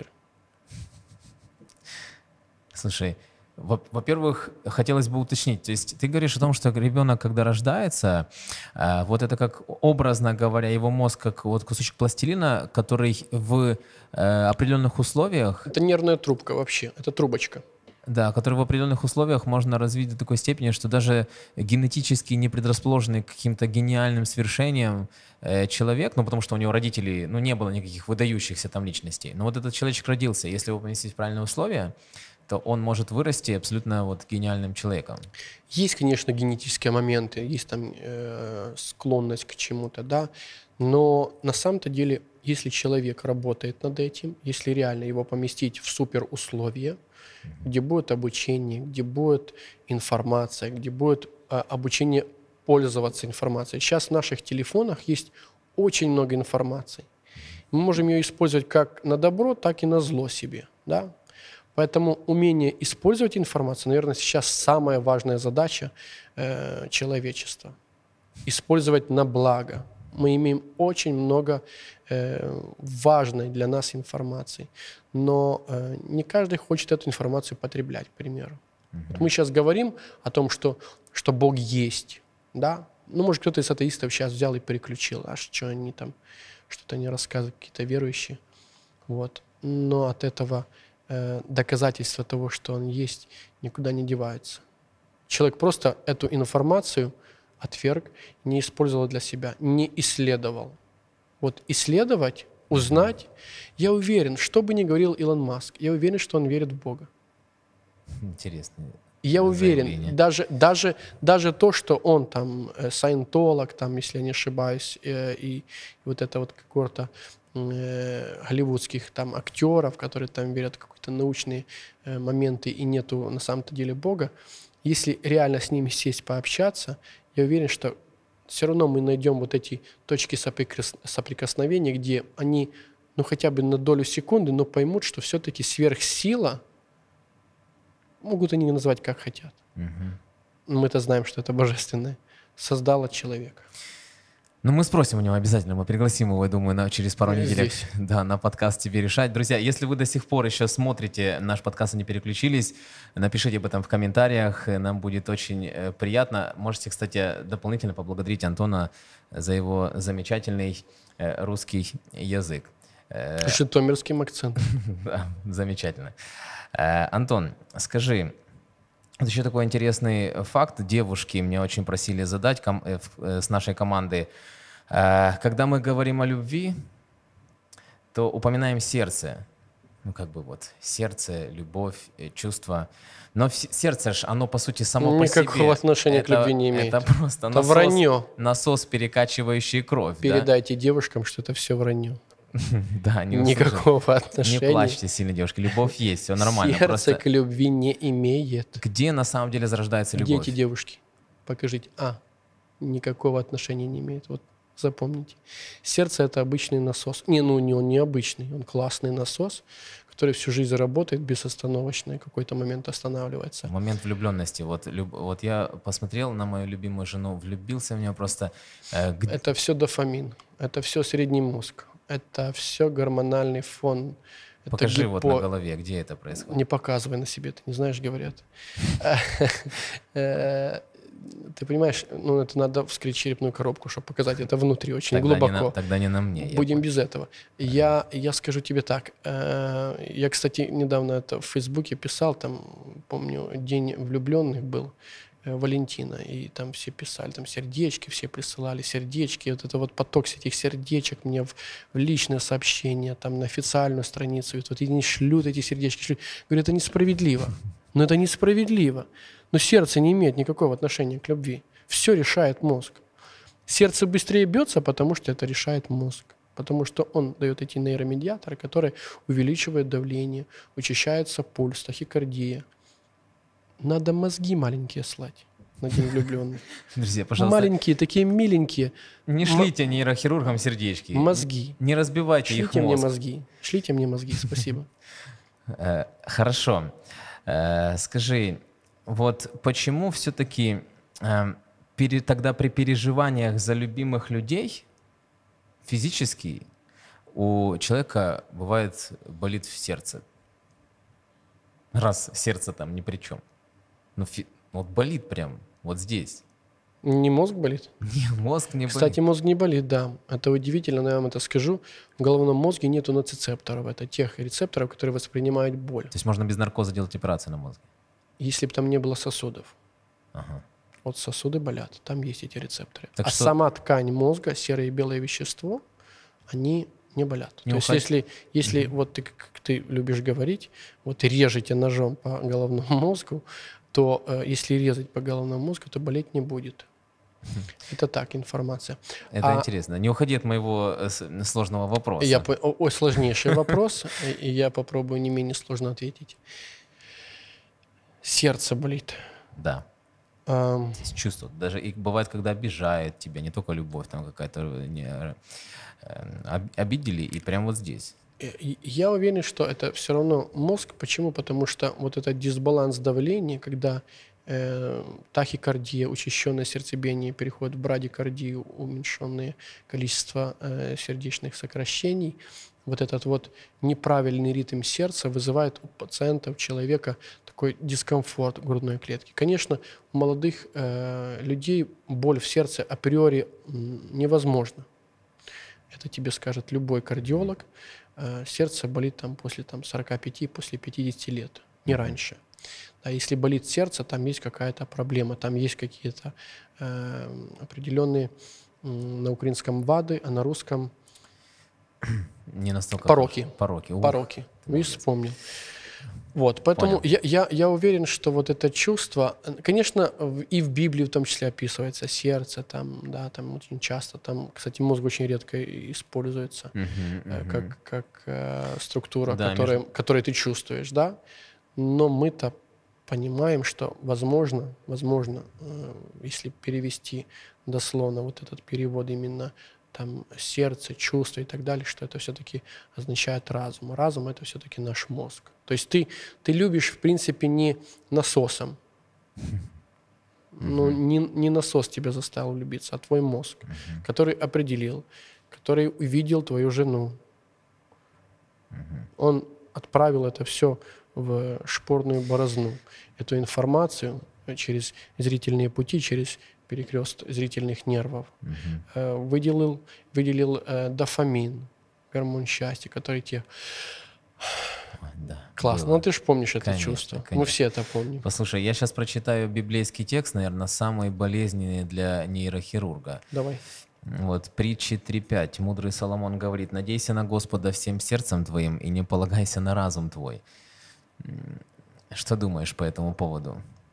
Слушай, во-первых, хотелось бы уточнить, то есть ты говоришь о том, что ребенок, когда рождается, вот это как, образно говоря, его мозг как вот кусочек пластилина, который в определенных условиях...
Это нервная трубка вообще, это трубочка.
Да, который в определенных условиях можно развить до такой степени, что даже генетически не предрасположенный к каким-то гениальным свершениям человек, ну потому что у него родителей, ну не было никаких выдающихся там личностей, но вот этот человечек родился, если его поместить в правильные условия, то он может вырасти абсолютно вот гениальным человеком.
Есть, конечно, генетические моменты, есть там склонность к чему-то, да, но на самом-то деле, если человек работает над этим, если реально его поместить в супер условия, где будет обучение, где будет информация, где будет обучение пользоваться информацией. Сейчас в наших телефонах есть очень много информации. Мы можем ее использовать как на добро, так и на зло себе, да? Поэтому умение использовать информацию, наверное, сейчас самая важная задача человечества. Использовать на благо. Мы имеем очень много важной для нас информации, но не каждый хочет эту информацию потреблять, к примеру. Вот мы сейчас говорим о том, что Бог есть, да? Ну, может, кто-то из атеистов сейчас взял и переключил, а что они там, что-то не рассказывают, какие-то верующие. Вот. Но от этого доказательства того, что он есть, никуда не девается. Человек просто эту информацию отверг, не использовал для себя, не исследовал. Вот исследовать, узнать, я уверен, что бы ни говорил Илон Маск, я уверен, что он верит в Бога.
Интересно.
Я уверен, даже то, что он там саентолог, там, если я не ошибаюсь, и вот это вот какого-то голливудских там актеров, которые там верят в какие-то научные моменты и нету на самом-то деле Бога, если реально с ними сесть пообщаться, я уверен, что все равно мы найдем вот эти точки соприкосновения, где они, ну хотя бы на долю секунды, но поймут, что все-таки сверхсила, могут они назвать как хотят. Мы-то знаем, что это божественное, создало человека.
Ну, мы спросим у него обязательно, мы пригласим его, я думаю, через пару недель на подкаст «Тебе решать». Друзья, если вы до сих пор еще смотрите наш подкаст и не переключились, напишите об этом в комментариях, нам будет очень приятно. Можете, кстати, дополнительно поблагодарить Антона за его замечательный русский язык.
С житомирским акцентом.
Да, замечательно. Антон, скажи, вот еще такой интересный факт. Девушки меня очень просили задать с нашей команды. Когда мы говорим о любви, то упоминаем сердце. Ну, как бы вот сердце, любовь, чувства. Но сердце ж, оно по сути само по себе.
Никакого отношения к любви не имеет.
Это просто
это вранье.
Насос, перекачивающий кровь.
Передайте девушкам, что это все вранье.
Да, не
никакого отношения.
Не плачьте сильно, девушки. Любовь есть, все нормально.
Сердце к любви не имеет.
Где на самом деле зарождается любовь?
Где эти девушки? Покажите. Никакого отношения не имеет. Вот запомните. Сердце — это обычный насос. Он необычный, он классный насос, который всю жизнь работает безостановочно и в какой-то момент останавливается.
Момент влюбленности. Вот я посмотрел на мою любимую жену, влюбился в нее просто.
Это все дофамин, это все средний мозг. Это все гормональный фон.
Покажи вот на голове, где это происходит.
Не показывай на себе, ты не знаешь, говорят. Ты понимаешь, это надо вскрыть черепную коробку, чтобы показать это внутри очень глубоко.
Тогда не на мне.
Будем без этого. Я скажу тебе так. Я, кстати, недавно это в Фейсбуке писал, там, помню, День влюбленных был. Валентина, и там все писали, там сердечки, все присылали сердечки, вот это вот поток этих сердечек мне в личное сообщение, там на официальную страницу, и они шлют эти сердечки, Говорю, это несправедливо, но это несправедливо, но сердце не имеет никакого отношения к любви, все решает мозг. Сердце быстрее бьется, потому что это решает мозг, потому что он дает эти нейромедиаторы, которые увеличивают давление, учащается пульс, тахикардия. Надо мозги маленькие слать на день влюбленных.
Друзья, пожалуйста.
Маленькие, такие миленькие.
Не шлите нейрохирургам сердечки.
Мозги.
Не разбивайте их мозг.
Шлите мне мозги. Шлите мне мозги, спасибо.
Хорошо. Скажи, вот почему все-таки тогда при переживаниях за любимых людей физически у человека болит в сердце? Раз сердце там ни при чем. Вот болит прям вот здесь.
Не мозг болит?
Не, мозг не
Кстати,
болит.
мозг не болит, да. Это удивительно, но я вам это скажу. В головном мозге нету ноцицепторов. Это тех рецепторов, которые воспринимают боль.
То есть можно без наркоза делать операции на мозге?
Если бы там не было сосудов.
Ага.
Вот сосуды болят, там есть эти рецепторы.
Так
а
что-
сама ткань мозга, серое и белое вещество, они не болят.
Не
То есть
уходит.
если вот ты, как ты любишь говорить, вот режете ножом по головному мозгу, то если резать по головному мозгу, то болеть не будет. Это так, информация.
Это интересно. Не уходи от моего сложного вопроса.
Ой, сложнейший вопрос, и я попробую не менее сложно ответить. Сердце болит.
Да.
Ам,
Есть чувство. Даже и бывает, когда обижает тебя, не только любовь, там какая-то обидели, и прям вот здесь.
Я уверен, что это все равно мозг. Почему? Потому что вот этот дисбаланс давления, когда тахикардия, учащенное сердцебиение переходит в брадикардию, уменьшенное количество сердечных сокращений, вот этот вот неправильный ритм сердца вызывает у пациента, у человека такой дискомфорт грудной клетки. Конечно, у молодых людей боль в сердце априори невозможна. Это тебе скажет любой кардиолог. Сердце болит там после 45, после 50 лет, не раньше. Да, если болит сердце, там есть какая-то проблема, там есть какие-то определенные на украинском вады, а на русском
Не настолько...
пороки.
Пороки. Ух,
Пороки.
ты
Видишь,
молодец.
вспомнил. Вот, поэтому я уверен, что вот это чувство, конечно, и в Библии в том числе описывается сердце, там, да, там очень часто, там, кстати, мозг очень редко используется как структура,
Да,
которую ты чувствуешь, да, но мы-то понимаем, что возможно, если перевести дословно вот этот перевод именно там сердце, чувства и так далее, что это все-таки означает разум. А разум — это все-таки наш мозг. То есть ты любишь, в принципе, не насосом. Ну, не насос тебя заставил влюбиться, а твой мозг, который определил, который увидел твою жену. Он отправил это все в шпорную борозну. Эту информацию через зрительные пути, через перекрест зрительных нервов. Выделил дофамин, гормон счастья, который тебе...
Да,
Классно.
было.
Ну, ты же помнишь это
Конечно,
чувство. Мы
конечно.
все это помним.
Послушай, я сейчас прочитаю библейский текст, наверное, самый болезненный для нейрохирурга.
Давай.
Вот, притчи 3.5. Мудрый Соломон говорит: «Надейся на Господа всем сердцем твоим и не полагайся на разум твой». Что думаешь по этому поводу?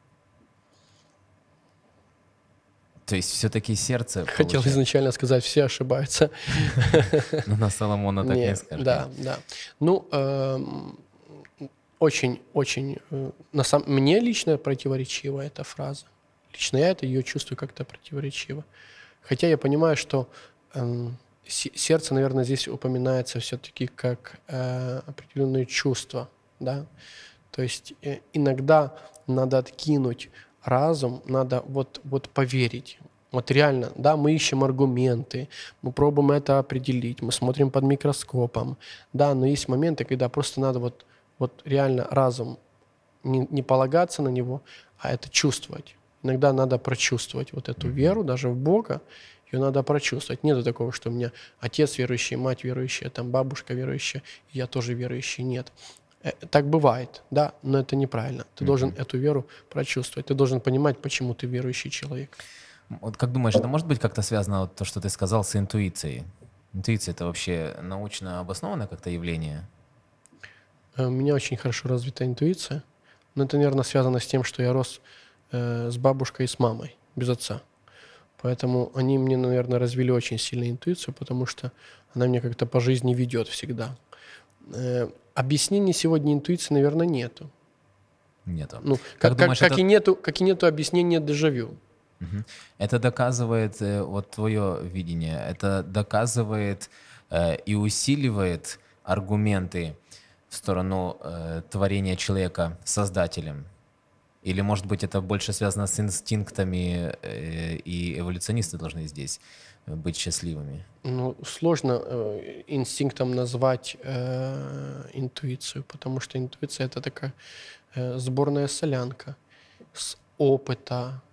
То есть все-таки сердце...
Хотел изначально сказать, все ошибаются.
Но на Соломона так не
Нет,
скажешь.
да, да. Ну, очень, мне лично противоречива эта фраза. Лично я ее чувствую как-то противоречиво. Хотя я понимаю, что сердце, наверное, здесь упоминается все-таки как определенное чувство, да. То есть иногда надо откинуть разум, надо вот поверить. Вот реально, да, мы ищем аргументы, мы пробуем это определить, мы смотрим под микроскопом, да, но есть моменты, когда просто надо вот реально разум, не полагаться на него, а это чувствовать. Иногда надо прочувствовать вот эту веру, даже в Бога, ее надо прочувствовать. Нету такого, что у меня отец верующий, мать верующая, там бабушка верующая, и я тоже верующий. Нет. Так бывает, да, но это неправильно. Ты должен эту веру прочувствовать. Ты должен понимать, почему ты верующий человек.
Вот как думаешь, это может быть как-то связано, вот то, что ты сказал, с интуицией? Интуиция — это вообще научно обоснованное как-то явление?
У меня очень хорошо развита интуиция, но это, наверное, связано с тем, что я рос с бабушкой и с мамой, без отца. Поэтому они мне, наверное, развили очень сильную интуицию, потому что она меня как-то по жизни ведет всегда. Объяснений сегодня интуиции, наверное, нету.
Нету.
Ну,
Как думаешь,
как и нету объяснения дежавю.
Это доказывает вот твое видение, это доказывает и усиливает аргументы в сторону творения человека создателем? Или, может быть, это больше связано с инстинктами, и эволюционисты должны здесь быть счастливыми?
Ну, сложно инстинктом назвать интуицию, потому что интуиция — это такая сборная солянка с опыта.
То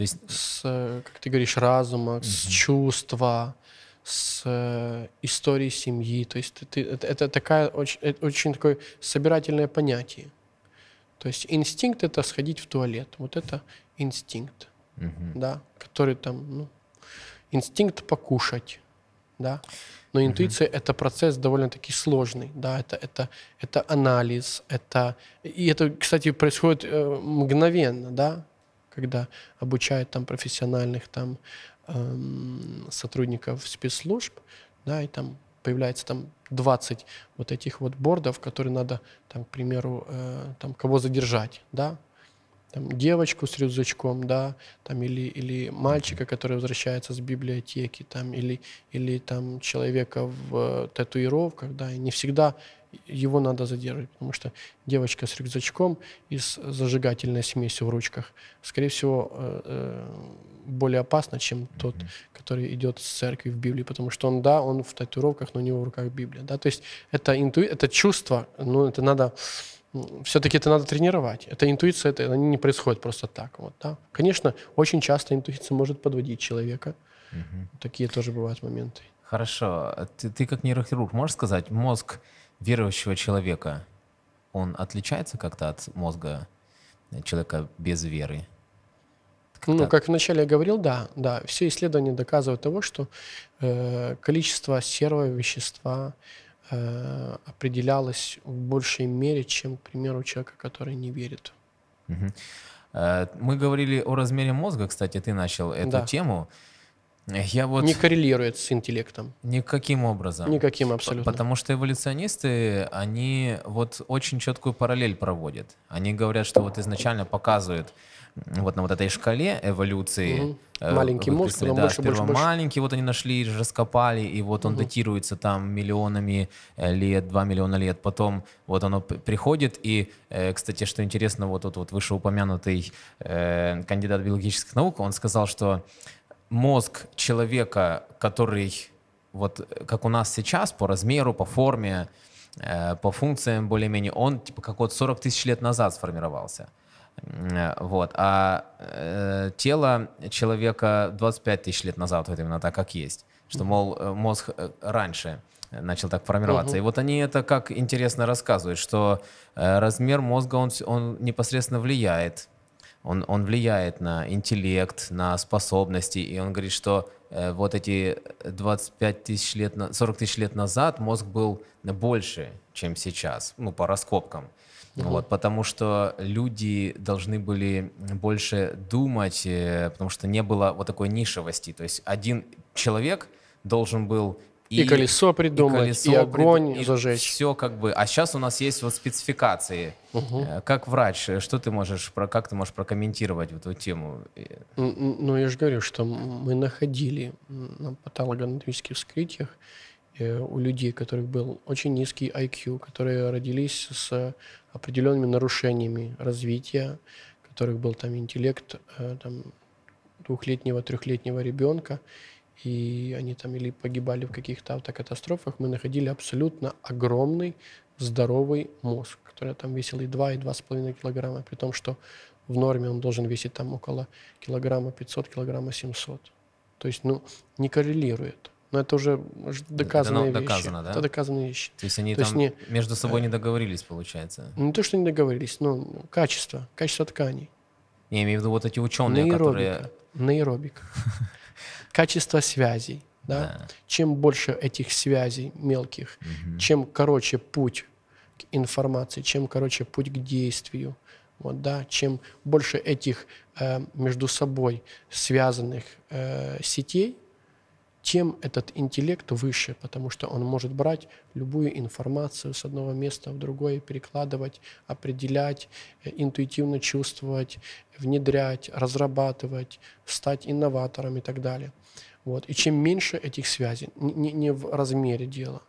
То есть,
как ты говоришь, разума, с чувства, с истории семьи. То есть это такая очень такое собирательное понятие. То есть инстинкт — это сходить в туалет. Вот это инстинкт, да, который там, ну, инстинкт покушать, да. Но интуиция — это процесс довольно-таки сложный, да, это анализ, и это, кстати, происходит мгновенно, да, когда обучают там профессиональных там сотрудников спецслужб, да, и там появляется там 20 вот этих вот бордов, которые надо, там, к примеру, там кого задержать, да, там девочку с рюкзачком, да, там или мальчика, который возвращается с библиотеки, там, или там человека в татуировках, да, и не всегда его надо задерживать, потому что девочка с рюкзачком и с зажигательной смесью в ручках, скорее всего, более опасна, чем тот, который идет с церкви в Библии, потому что он, да, он в татуировках, но у него в руках Библия, да, то есть это чувство, ну, это надо... Все-таки это надо тренировать. Это интуиция, это не происходит просто так. Вот, да. Конечно, очень часто интуиция может подводить человека. Такие тоже бывают моменты.
хорошо. Ты как нейрохирург можешь сказать, мозг верующего человека, он отличается как-то от мозга человека без веры?
Ну, как вначале я говорил, да. Все исследования доказывают того, что количество серого вещества определялось в большей мере, чем, к примеру, у человека, который не верит.
Мы говорили о размере мозга, кстати, ты начал эту тему. Я вот...
Не коррелирует с интеллектом.
Никаким образом.
Никаким абсолютно.
Потому что эволюционисты, они вот очень четкую параллель проводят. Они говорят, что вот изначально показывают вот на вот этой шкале эволюции.
Маленький мозг,
потом
больше,
сперва
больше.
маленький, вот они нашли, раскопали, и вот он датируется там миллионами лет, 2 миллиона лет. Потом вот оно приходит, и, кстати, что интересно, вот тот вот вышеупомянутый кандидат биологических наук, он сказал, что мозг человека, который вот как у нас сейчас по размеру, по форме, по функциям более-менее, он типа как вот 40 тысяч лет назад сформировался. Вот. А тело человека 25 тысяч лет назад, вот именно так, как есть. Что, мол, мозг раньше начал так формироваться. И вот они это как интересно рассказывают, что размер мозга, он непосредственно влияет. Он влияет на интеллект, на способности. И он говорит, что вот эти 25 тысяч лет, 40 тысяч лет назад мозг был больше, чем сейчас, ну, по раскопкам. Вот, потому что люди должны были больше думать, потому что не было вот такой нишевости. То есть один человек должен был
и колесо придумать, и огонь зажечь.
Все как бы. А сейчас у нас есть вот спецификации. Как врач, что ты можешь, как ты можешь прокомментировать вот эту тему?
Ну, я же говорю, что мы находили на патологоанатомических вскрытиях у людей, у которых был очень низкий IQ, которые родились с определенными нарушениями развития, у которых был там интеллект там, 2-летнего, 3-летнего ребенка, и они там или погибали в каких-то автокатастрофах, мы находили абсолютно огромный здоровый мозг, который там весил и 2, и 2,5 килограмма, при том, что в норме он должен весить там около килограмма 500, килограмма 700. То есть, ну, не коррелирует. Но это уже доказанные вещи.
Доказано, да?
Это доказанные вещи.
То есть они там между собой не договорились, получается?
Не то, что не договорились, но качество тканей.
Я имею в виду вот эти ученые, которые...
Нейробика. Качество связей. Да? Чем больше этих связей мелких, чем короче путь к информации, чем короче путь к действию, вот, да? Чем больше этих между собой связанных сетей, тем этот интеллект выше, потому что он может брать любую информацию с одного места в другое, перекладывать, определять, интуитивно чувствовать, внедрять, разрабатывать, стать инноватором и так далее. Вот. И чем меньше этих связей, не в размере дела.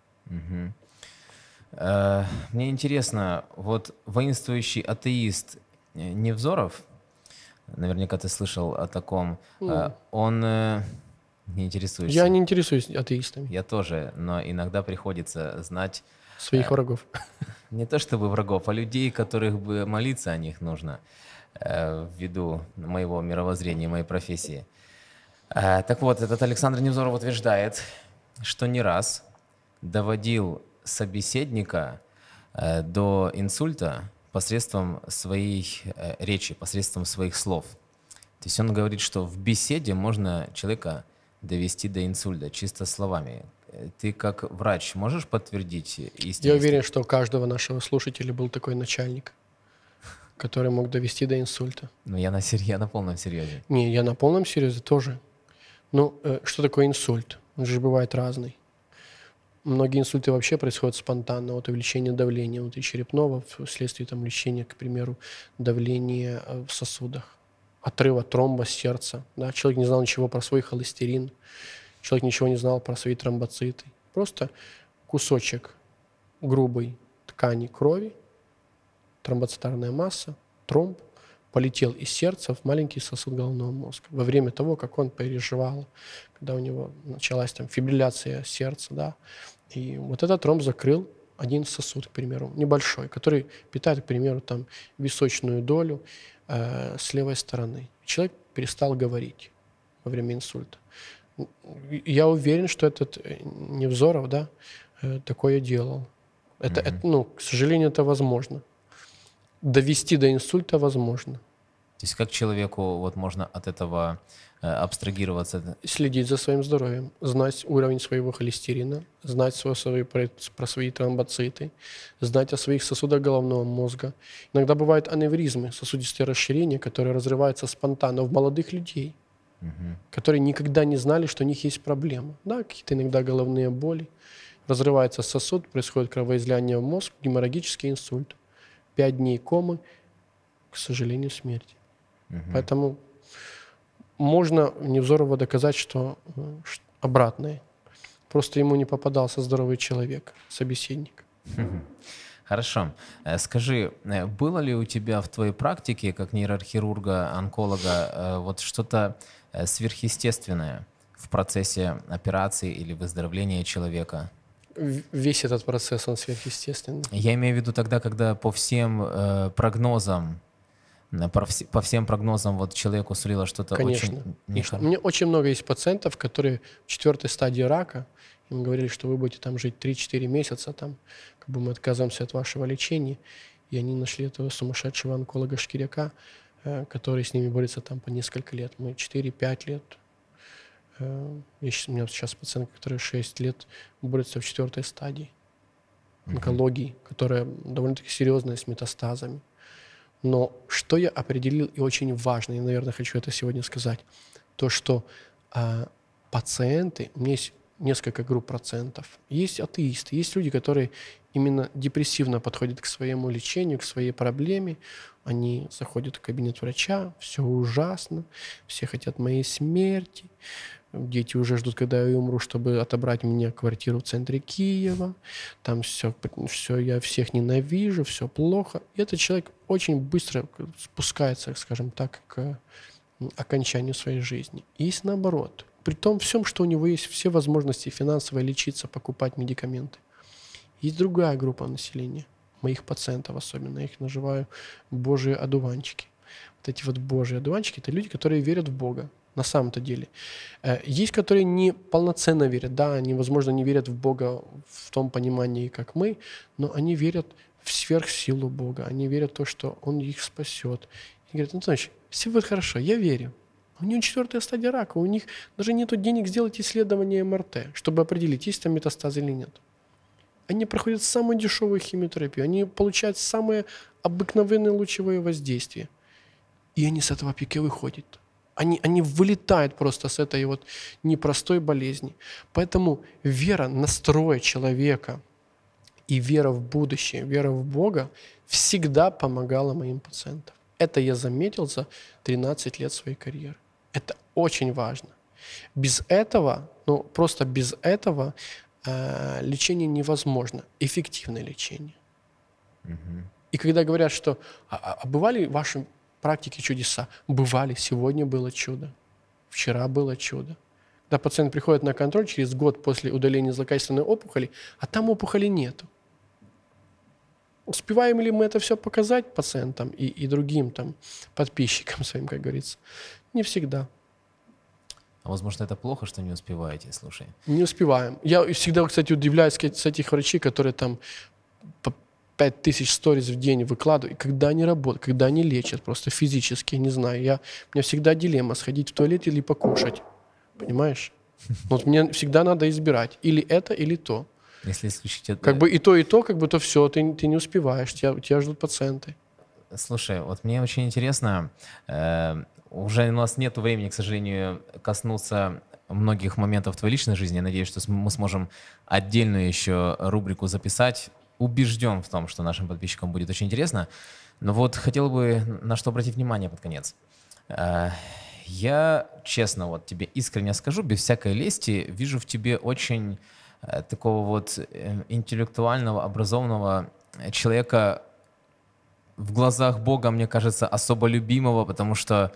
Мне интересно, вот воинствующий атеист Невзоров, наверняка ты слышал о таком, он... Не интересуешься?
Я не интересуюсь атеистами.
Я тоже, но иногда приходится знать...
Своих врагов.
Не то чтобы врагов, а людей, которых бы молиться о них нужно. ввиду моего мировоззрения, моей профессии. Так вот, этот Александр Невзоров утверждает, что не раз доводил собеседника до инсульта посредством своей речи, посредством своих слов. То есть он говорит, что в беседе можно человека довести до инсульта чисто словами. Ты как врач можешь подтвердить истинность?
Я уверен, что у каждого нашего слушателя был такой начальник, который мог довести до инсульта.
Ну, я на полном серьезе.
Не, я на полном серьезе тоже. Ну, что такое инсульт? Он же бывает разный. Многие инсульты вообще происходят спонтанно от увеличения давления внутричерепного вследствие там, лечения, к примеру, давления в сосудах, отрыва тромба сердца. Да? Человек не знал ничего про свой холестерин, человек ничего не знал про свои тромбоциты. Просто кусочек грубой ткани крови, тромбоцитарная масса, тромб, полетел из сердца в маленький сосуд головного мозга во время того, как он переживал, когда у него началась там фибрилляция сердца, да, и вот этот тромб закрыл один сосуд, к примеру, небольшой, который питает, к примеру, там височную долю с левой стороны. Человек перестал говорить во время инсульта. Я уверен, что этот Невзоров, да, такое делал. Ну, к сожалению, это возможно. Довести до инсульта возможно.
То есть как человеку вот можно от этого абстрагироваться?
Следить за своим здоровьем, знать уровень своего холестерина, знать про свои тромбоциты, знать о своих сосудах головного мозга. Иногда бывают аневризмы, сосудистые расширения, которые разрываются спонтанно в молодых людей, которые никогда не знали, что у них есть проблема. Да, какие-то иногда головные боли. Разрывается сосуд, происходит кровоизлияние в мозг, геморрагический инсульт. 5 дней комы, к сожалению, смерть. Поэтому можно Невзорову доказать, что обратное. Просто ему не попадался здоровый человек, собеседник.
Хорошо. Скажи, было ли у тебя в твоей практике, как нейрохирурга, онколога, вот что-то сверхъестественное в процессе операции или выздоровления человека?
Весь этот процесс, он сверхъестественный.
Я имею в виду тогда, когда по всем прогнозам, по всем прогнозам вот человеку сулило что-то очень
нехорошее. У меня очень много есть пациентов, которые в 4-й стадии рака, им говорили, что вы будете там жить 3-4 месяца, там, как бы мы отказываемся от вашего лечения, и они нашли этого сумасшедшего онколога Шкиряка, который с ними борется там по несколько лет. Мы 4-5 лет. У меня сейчас пациентка, которая 6 лет борется в 4-й стадии онкологии, которая довольно-таки серьезная, с метастазами. Но что я определил, и очень важно, и, наверное, хочу это сегодня сказать, то, что пациенты, у меня есть несколько групп пациентов, есть атеисты, есть люди, которые именно депрессивно подходят к своему лечению, к своей проблеме, они заходят в кабинет врача, все ужасно, все хотят моей смерти, дети уже ждут, когда я умру, чтобы отобрать мне квартиру в центре Киева. Там все, я всех ненавижу, все плохо. И этот человек очень быстро спускается, скажем так, к окончанию своей жизни. И есть наоборот. При том всем, что у него есть все возможности финансово лечиться, покупать медикаменты. Есть другая группа населения, моих пациентов особенно. Я их называю божьи одуванчики. Вот эти вот божьи одуванчики – это люди, которые верят в Бога. На самом-то деле. Есть, которые не полноценно верят. Да, они, возможно, не верят в Бога в том понимании, как мы, но они верят в сверхсилу Бога. Они верят в то, что Он их спасет. И говорят: Антонович, все будет хорошо, я верю. У него 4-я стадия рака, у них даже нет денег сделать исследование МРТ, чтобы определить, есть там метастазы или нет. Они проходят самую дешевую химиотерапию, они получают самые обыкновенные лучевые воздействия. И они с этого пика выходят. Они вылетают просто с этой вот непростой болезни. Поэтому вера, настрой человека и вера в будущее, вера в Бога всегда помогала моим пациентам. Это я заметил за 13 лет своей карьеры. Это очень важно. Без этого, просто без этого лечение невозможно. Эффективное лечение. И когда говорят, что бывали в вашем практике чудеса? Бывали. Сегодня было чудо. Вчера было чудо. Когда пациент приходит на контроль через год после удаления злокачественной опухоли, а там опухоли нету. Успеваем ли мы это все показать пациентам и другим там подписчикам своим, как говорится? Не всегда.
А возможно, это плохо, что не успеваете, слушай.
Не успеваем. Я всегда, кстати, удивляюсь с этих врачей, которые там по 5000 сториз в день выкладывают. И когда они работают, когда они лечат, просто физически, не знаю. У меня всегда дилемма, сходить в туалет или покушать. Понимаешь? Вот мне всегда надо избирать. Или это, или то.
Если исключить это...
Как бы и то, как бы то все, ты не успеваешь, тебя ждут пациенты.
Слушай, вот мне очень интересно, уже у нас нет времени, к сожалению, коснуться многих моментов твоей личной жизни. Я надеюсь, что мы сможем отдельную еще рубрику записать. Убежден в том, что нашим подписчикам будет очень интересно. Но вот хотел бы на что обратить внимание под конец. Я, честно, вот тебе искренне скажу, без всякой лести, вижу в тебе очень такого вот интеллектуального, образованного человека, в глазах Бога, мне кажется, особо любимого, потому что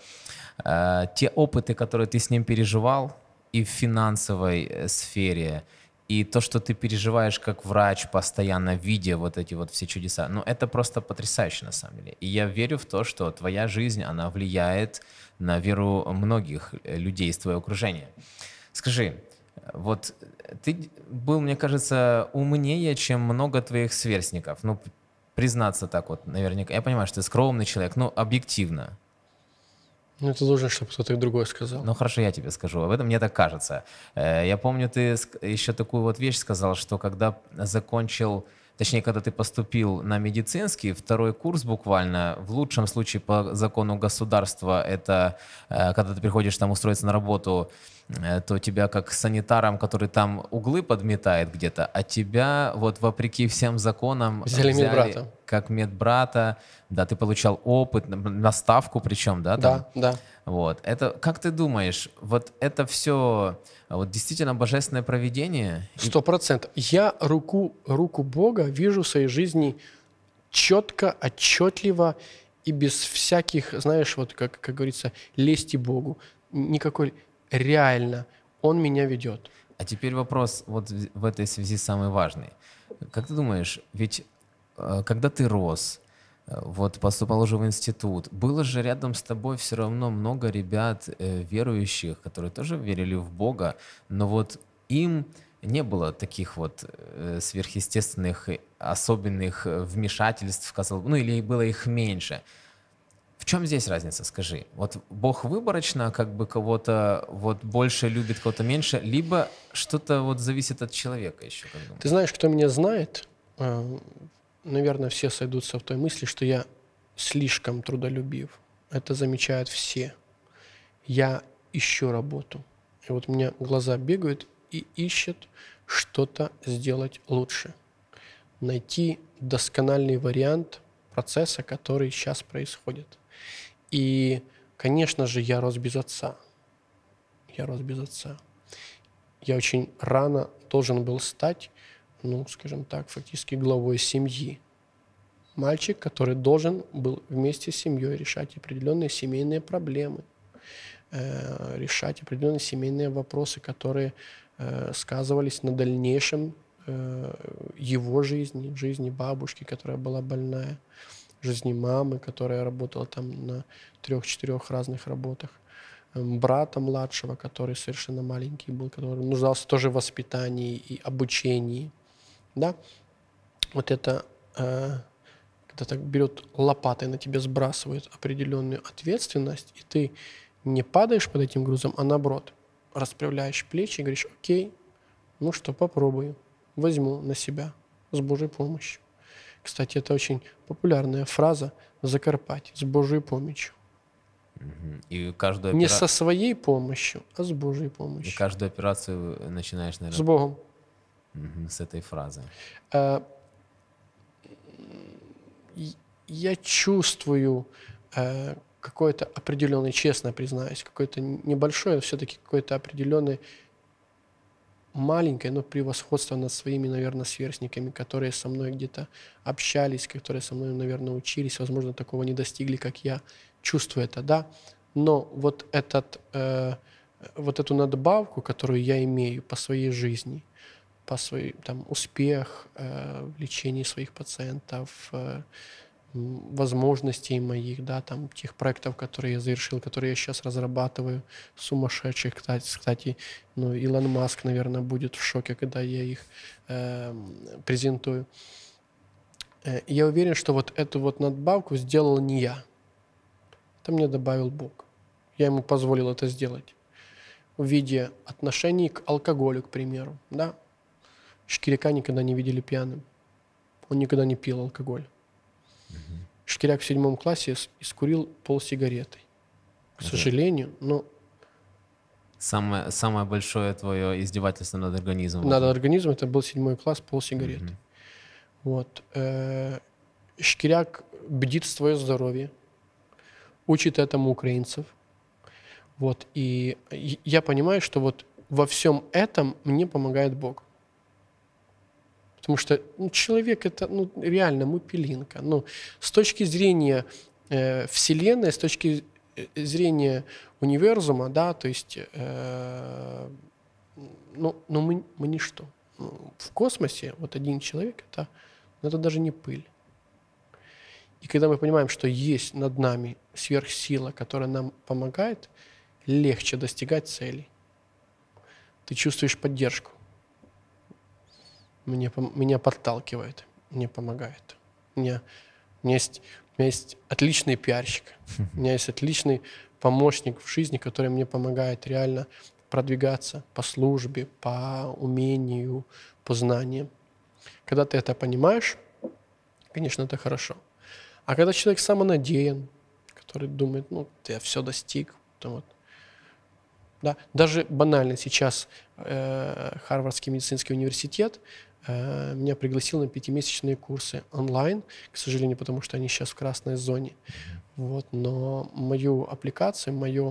те опыты, которые ты с ним переживал и в финансовой сфере, и то, что ты переживаешь как врач, постоянно видя вот эти вот все чудеса, ну это просто потрясающе на самом деле. И я верю в то, что твоя жизнь, она влияет на веру многих людей из твоего окружения. Скажи, вот ты был, мне кажется, умнее, чем много твоих сверстников. Ну, признаться так вот, наверняка. Я понимаю, что ты скромный человек, но объективно.
Ну, это должен, чтобы кто-то другой сказал.
Ну, хорошо, я тебе скажу. Об этом мне так кажется. Я помню, ты еще такую вот вещь сказал, что когда закончил, точнее, когда ты поступил на медицинский, второй курс буквально, в лучшем случае по закону государства, это когда ты приходишь там устроиться на работу, то тебя как санитаром, который там углы подметает где-то, а тебя вот вопреки всем законам
Взяли медбрата.
как медбрата, да, ты получал опыт, наставку причем, да? Там?
Да.
Вот. Это, как ты думаешь, вот это все вот действительно божественное провидение?
100%. Я руку Бога вижу в своей жизни четко, отчетливо и без всяких, знаешь, вот как говорится, лести Богу. Никакой реально. Он меня ведет.
А теперь вопрос вот в этой связи самый важный. Как ты думаешь, ведь когда ты рос, вот поступал уже в институт, было же рядом с тобой все равно много ребят верующих, которые тоже верили в Бога, но вот им не было таких вот сверхъестественных, особенных вмешательств, ну или было их меньше. В чем здесь разница, скажи? Вот Бог выборочно как бы кого-то вот больше любит, кого-то меньше, либо что-то вот зависит от человека еще, как думаешь?
Ты знаешь, кто меня знает, наверное, все сойдутся в той мысли, что я слишком трудолюбив. Это замечают все. Я ищу работу. И вот у меня глаза бегают и ищут что-то сделать лучше. Найти доскональный вариант процесса, который сейчас происходит. И, конечно же, я рос без отца. Я очень рано должен был стать, ну, скажем так, фактически главой семьи. Мальчик, который должен был вместе с семьей решать определенные семейные проблемы, решать определенные семейные вопросы, которые сказывались на дальнейшем его жизни, жизни бабушки, которая была больная, жизни мамы, которая работала там на 3-4 разных работах, брата младшего, который совершенно маленький был, который нуждался тоже в воспитании и обучении. Да? Вот это, когда так берет лопатой, на тебя сбрасывает определенную ответственность, и ты не падаешь под этим грузом, а наоборот, расправляешь плечи и говоришь: окей, ну что, попробую, возьму на себя с Божьей помощью. Кстати, это очень популярная фраза в Закарпатье: с Божьей помощью.
И каждую
Не со своей помощью, а с Божьей помощью.
И каждую операцию начинаешь, наверное,
с Богом.
С этой фразы.
Я чувствую какое-то определенное, честно признаюсь, какое-то небольшое, но все-таки какое-то определенное маленькое, но превосходство над своими, наверное, сверстниками, которые со мной где-то общались, которые со мной, наверное, учились, возможно, такого не достигли, как я. Чувствую это, да. Но вот эту надбавку, которую я имею по своей жизни, по своим там успех в лечении своих пациентов, возможностей моих, да, там тех проектов, которые я завершил, которые я сейчас разрабатываю, сумасшедших, кстати, ну, Илон Маск, наверное, будет в шоке, когда я их презентую. Я уверен, что вот эту вот надбавку сделал не я. Это мне добавил Бог. Я ему позволил это сделать. В виде отношений к алкоголю, к примеру. Да? Шкиряка никогда не видели пьяным. Он никогда не пил алкоголь. Шкиряк в 7 классе искурил полсигареты. К сожалению, но...
Самое большое твое издевательство над организмом.
Над организмом это был 7 класс, полсигареты. Вот. Шкиряк бдит в свое здоровье, учит этому украинцев. Вот. И я понимаю, что вот во всем этом мне помогает Бог. Потому что человек это реально мы пылинка. С точки зрения Вселенной, с точки зрения универсума, да, то есть мы ничто. В космосе вот один человек это даже не пыль. И когда мы понимаем, что есть над нами сверхсила, которая нам помогает, легче достигать целей. Ты чувствуешь поддержку. Меня подталкивает, мне помогает. У меня есть отличный пиарщик, у меня есть отличный помощник в жизни, который мне помогает реально продвигаться по службе, по умению, по знаниям. Когда ты это понимаешь, конечно, это хорошо. А когда человек самонадеян, который думает, я все достиг, то вот. Да, даже банально сейчас Харвардский медицинский университет меня пригласил на 5-месячные курсы онлайн, к сожалению, потому что они сейчас в красной зоне. Вот, но мою аппликацию, мое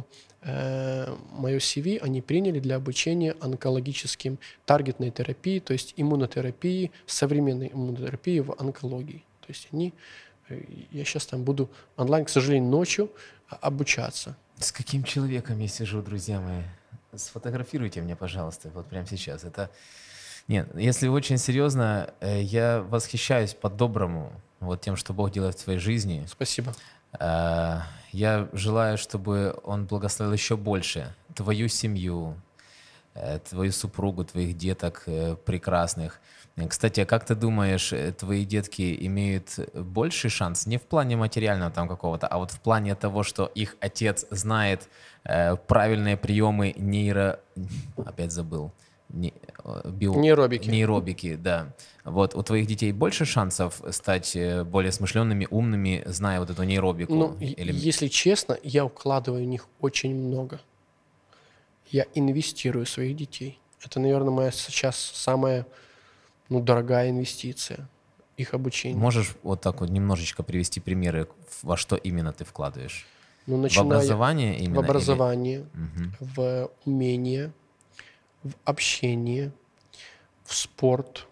CV они приняли для обучения онкологическим таргетной терапии, то есть иммунотерапии, современной иммунотерапии в онкологии. То есть я сейчас там буду онлайн, к сожалению, ночью обучаться.
С каким человеком я сижу, друзья мои? Сфотографируйте меня, пожалуйста, вот прямо сейчас. Нет, если очень серьезно, я восхищаюсь по-доброму вот тем, что Бог делает в твоей жизни.
Спасибо.
Я желаю, чтобы Он благословил еще больше твою семью, твою супругу, твоих деток прекрасных. Кстати, а как ты думаешь, твои детки имеют больший шанс не в плане материального там какого-то, а вот в плане того, что их отец знает правильные приемы опять забыл. Нейробики, да. Вот у твоих детей больше шансов стать более смышленными, умными, зная вот эту нейробику?
Если честно, я укладываю в них очень много. Я инвестирую в своих детей. Это, наверное, моя сейчас самая дорогая инвестиция. Их обучение.
Можешь вот так вот немножечко привести примеры, во что именно ты вкладываешь? В
образование именно? В образование, в умение, в общение, в спорт,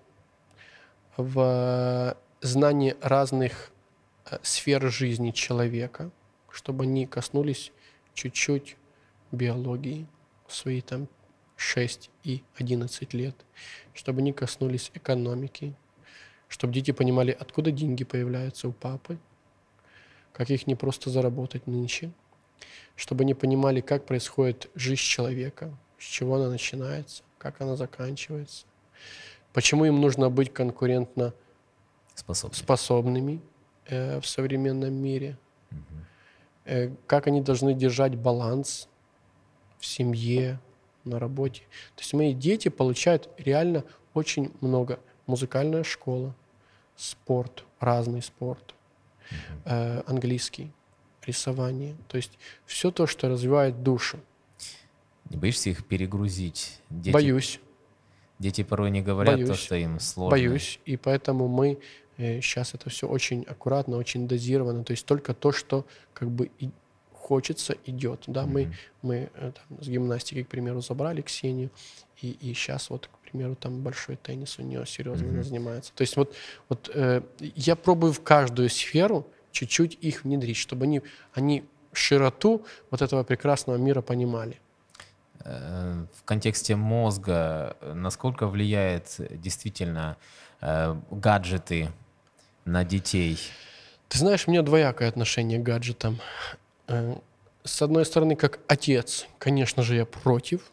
в знание разных сфер жизни человека, чтобы они коснулись чуть-чуть биологии в свои там 6 и 11 лет, чтобы они коснулись экономики, чтобы дети понимали, откуда деньги появляются у папы, как их не просто заработать нынче, чтобы они понимали, как происходит жизнь человека, с чего она начинается, как она заканчивается, почему им нужно быть конкурентно способными в современном мире, как они должны держать баланс в семье, на работе. То есть мои дети получают реально очень много. Музыкальная школа, спорт, разный спорт, английский, рисование. То есть все то, что развивает душу.
Не боишься их перегрузить?
Боюсь.
Дети порой не говорят то, что им сложно.
Боюсь. И поэтому мы сейчас это все очень аккуратно, очень дозировано. То есть только то, что как бы хочется, идет. Да? Мы там, с гимнастики, к примеру, забрали Ксению, и сейчас вот, к примеру, там большой теннис у нее серьезно занимается. То есть я пробую в каждую сферу чуть-чуть их внедрить, чтобы они широту вот этого прекрасного мира понимали.
в контексте мозга, насколько влияет действительно гаджеты на детей?
Ты знаешь, у меня двоякое отношение к гаджетам. С одной стороны, как отец, конечно же, я против.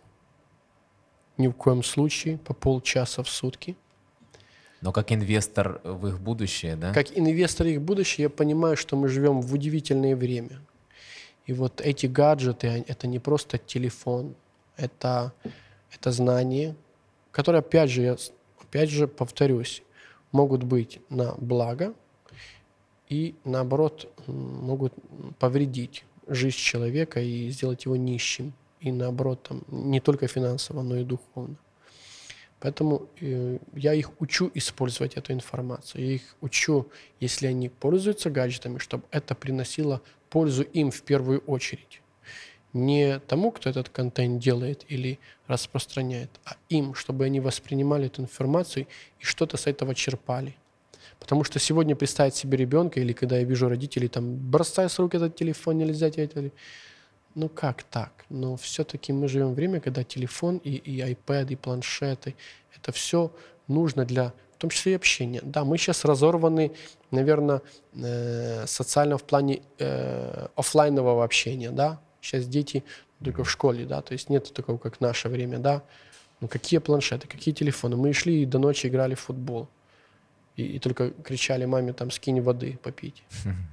Ни в коем случае по полчаса в сутки.
Но как инвестор в их будущее, да?
Как инвестор их будущее, я понимаю, что мы живем в удивительное время. И вот эти гаджеты, это не просто телефон, это знание, которые, опять же, повторюсь, могут быть на благо и, наоборот, могут повредить жизнь человека и сделать его нищим. И, наоборот, там, не только финансово, но и духовно. Поэтому я их учу использовать эту информацию. Я их учу, если они пользуются гаджетами, чтобы это приносило пользу им в первую очередь. Не тому, кто этот контент делает или распространяет, а им, чтобы они воспринимали эту информацию и что-то с этого черпали. Потому что сегодня представить себе ребенка, или когда я вижу родителей, там, бросай с рук этот телефон, нельзя тебе... Ну как так? Но все-таки мы живем в время, когда телефон и iPad, и планшеты, это все нужно для, в том числе и общения. Да, мы сейчас разорваны, наверное, социально в плане оффлайнового общения, да. Сейчас дети только в школе, да, то есть нет такого, как в наше время, да. Ну какие планшеты, какие телефоны? Мы шли и до ночи играли в футбол. И только кричали маме, там, скинь воды попить.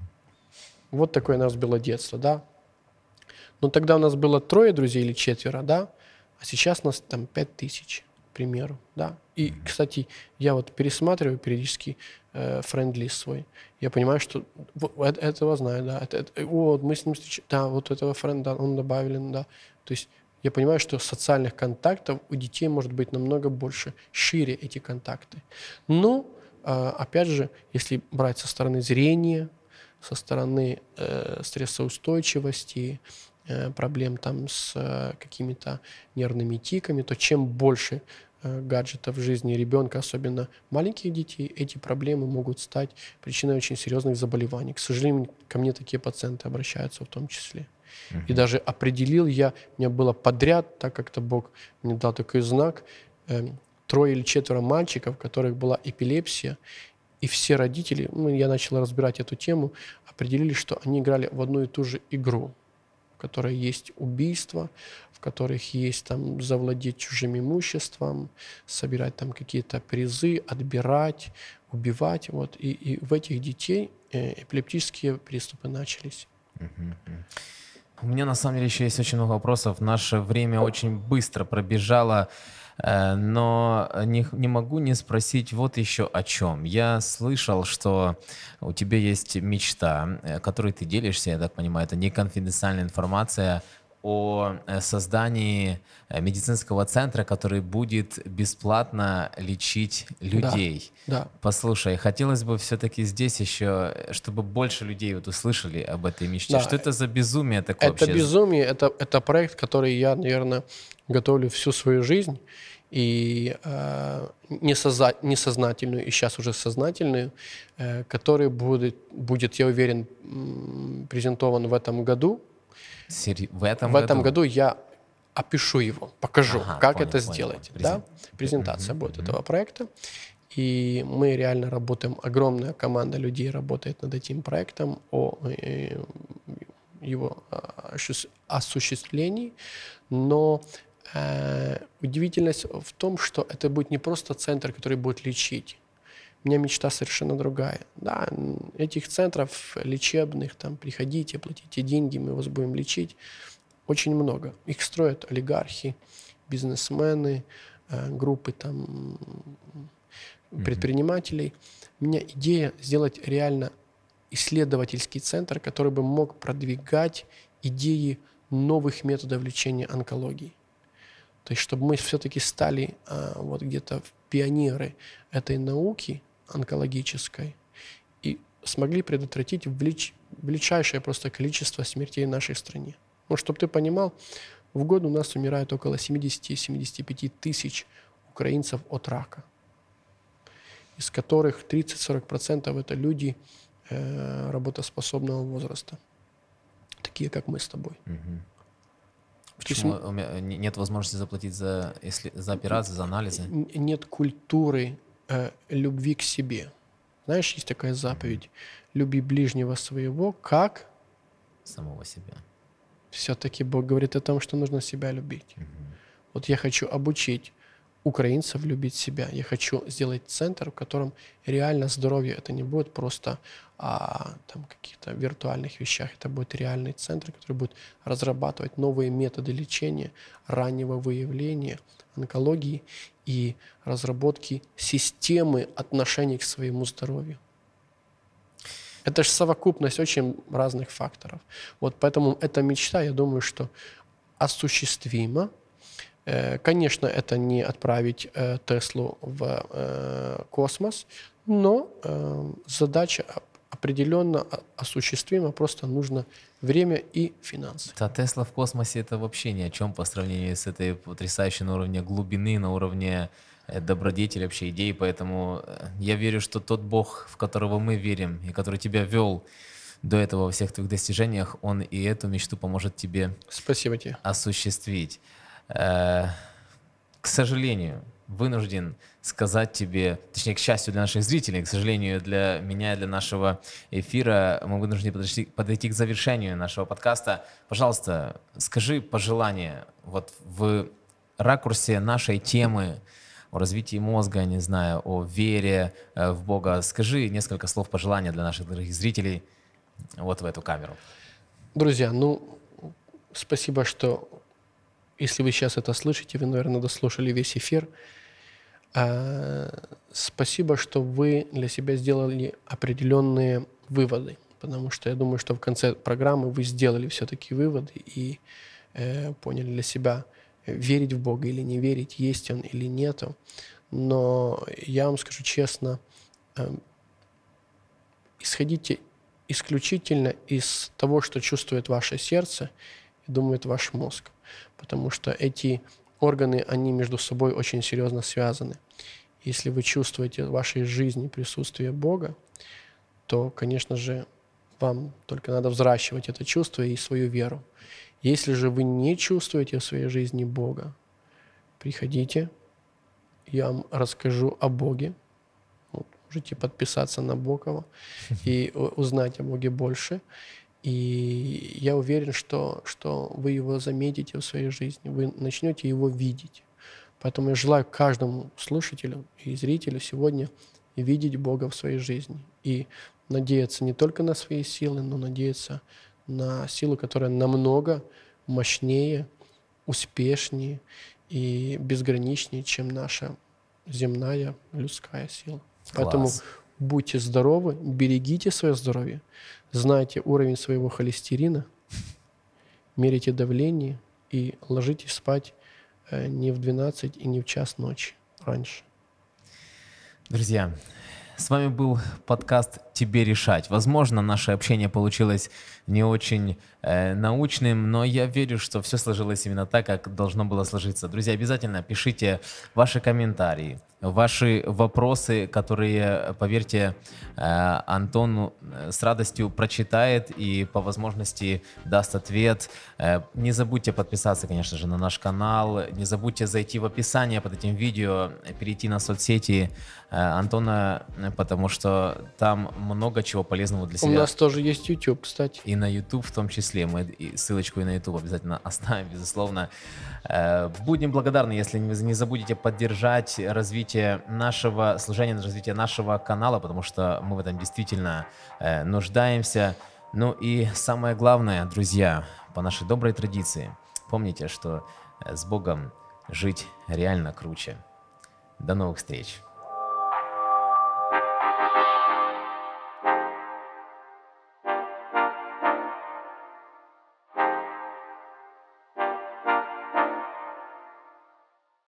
Вот такое у нас было детство, да. Но тогда у нас было 3 друзей или 4, да, а сейчас нас там 5000, к примеру, да. И, кстати, я вот пересматриваю периодически френд-лист свой. Я понимаю, что этого знаю, да. Вот мы с ним встречаемся, да, вот этого френда он добавлен, да. То есть я понимаю, что социальных контактов у детей может быть намного больше, шире эти контакты. Но, опять же, если брать со стороны зрения, со стороны стрессоустойчивости, проблем там с какими-то нервными тиками, то чем больше гаджетов в жизни ребенка, особенно маленьких детей, эти проблемы могут стать причиной очень серьезных заболеваний. К сожалению, ко мне такие пациенты обращаются в том числе. И даже определил я, у меня было подряд, так как-то Бог мне дал такой знак, 3 или 4 мальчиков, у которых была эпилепсия, и все родители, я начал разбирать эту тему, определили, что они играли в одну и ту же игру, в которой есть убийство, в которых есть там завладеть чужим имуществом, собирать там какие-то призы, отбирать, убивать. Вот. И в этих детей эпилептические приступы начались.
У меня на самом деле еще есть очень много вопросов. Наше время очень быстро пробежало, но не могу не спросить вот еще о чем. Я слышал, что у тебя есть мечта, которой ты делишься, я так понимаю, это не конфиденциальная информация, о создании медицинского центра, который будет бесплатно лечить людей.
Да.
Послушай, хотелось бы все-таки здесь еще, чтобы больше людей вот услышали об этой мечте.
Да.
Что это за безумие такое
Это
вообще?
безумие, это проект, который я, наверное, готовлю всю свою жизнь. И несознательную, и сейчас уже сознательную, который будет, я уверен, презентован в этом году.
В этом
году я опишу его, покажу, как
понял,
это сделать. Да? Презентация будет этого проекта. И мы реально работаем, огромная команда людей работает над этим проектом, о его осуществлении. Но удивительность в том, что это будет не просто центр, который будет лечить. У меня мечта совершенно другая. Да, этих центров лечебных, там, приходите, платите деньги, мы вас будем лечить. Очень много. Их строят олигархи, бизнесмены, группы там, предпринимателей. У меня идея сделать реально исследовательский центр, который бы мог продвигать идеи новых методов лечения онкологии. То есть, чтобы мы все-таки стали вот где-то пионеры этой науки онкологической и смогли предотвратить величайшее просто количество смертей в нашей стране. Ну, чтобы ты понимал, в год у нас умирает около 70-75 тысяч украинцев от рака, из которых 30-40% это люди работоспособного возраста, такие как мы с тобой.
Почему нет возможности заплатить за операции, за анализы?
Нет культуры любви к себе. Знаешь, есть такая заповедь: люби ближнего своего, как
Самого себя.
все-таки Бог говорит о том, что нужно себя любить. Вот я хочу обучить украинцев любить себя. Я хочу сделать центр, в котором реально здоровье это не будет просто там каких-то виртуальных вещах. Это будет реальный центр, который будет разрабатывать новые методы лечения, раннего выявления, онкологии и разработки системы отношений к своему здоровью. Это же совокупность очень разных факторов. Вот поэтому эта мечта, я думаю, что осуществима. Конечно, это не отправить Теслу в космос, но задача определенно осуществима, просто нужно время и финансы.
Тесла в космосе — это вообще ни о чем по сравнению с этой потрясающей на уровне глубины, на уровне добродетели, вообще идей. Поэтому я верю, что тот Бог, в которого мы верим и который тебя вел до этого во всех твоих достижениях, Он и эту мечту поможет тебе
Спасибо тебе.
осуществить. К сожалению, вынужден сказать тебе, точнее, к счастью для наших зрителей, к сожалению для меня и для нашего эфира, мы вынуждены подойти к завершению нашего подкаста. Пожалуйста, скажи пожелание вот в ракурсе нашей темы о развитии мозга, не знаю, о вере в Бога. Скажи несколько слов пожелания для наших дорогих зрителей вот в эту камеру.
Друзья, спасибо, что если вы сейчас это слышите, вы, наверное, дослушали весь эфир. Спасибо, что вы для себя сделали определенные выводы, потому что я думаю, что в конце программы вы сделали все-таки выводы и поняли для себя, верить в Бога или не верить, есть Он или нету. Но я вам скажу честно, исходите исключительно из того, что чувствует ваше сердце и думает ваш мозг, потому что эти органы, они между собой очень серьезно связаны. Если вы чувствуете в вашей жизни присутствие Бога, то, конечно же, вам только надо взращивать это чувство и свою веру. Если же вы не чувствуете в своей жизни Бога, приходите, я вам расскажу о Боге. Можете подписаться на Бокова и узнать о Боге больше. И я уверен, что вы его заметите в своей жизни, вы начнете его видеть. Поэтому я желаю каждому слушателю и зрителю сегодня видеть Бога в своей жизни и надеяться не только на свои силы, но надеяться на силу, которая намного мощнее, успешнее и безграничнее, чем наша земная людская сила. Поэтому будьте здоровы, берегите свое здоровье, знайте уровень своего холестерина, мерите давление и ложитесь спать не в 12 и не в час ночи раньше.
Друзья, с вами был подкаст «Тебе решать». Возможно, наше общение получилось не очень научным, но я верю, что все сложилось именно так, как должно было сложиться. Друзья, обязательно пишите ваши комментарии, ваши вопросы, которые, поверьте, Антон с радостью прочитает и по возможности даст ответ. Не забудьте подписаться, конечно же, на наш канал. Не забудьте зайти в описание под этим видео, перейти на соцсети Антона, потому что там много чего полезного для себя.
У нас тоже есть YouTube, кстати.
И на YouTube в том числе. Мы ссылочку и на YouTube обязательно оставим, безусловно. Будем благодарны, если вы не забудете поддержать развитие нашего служения, развитие нашего канала, потому что мы в этом действительно нуждаемся. Ну и самое главное, друзья, по нашей доброй традиции, помните, что с Богом жить реально круче. До новых встреч!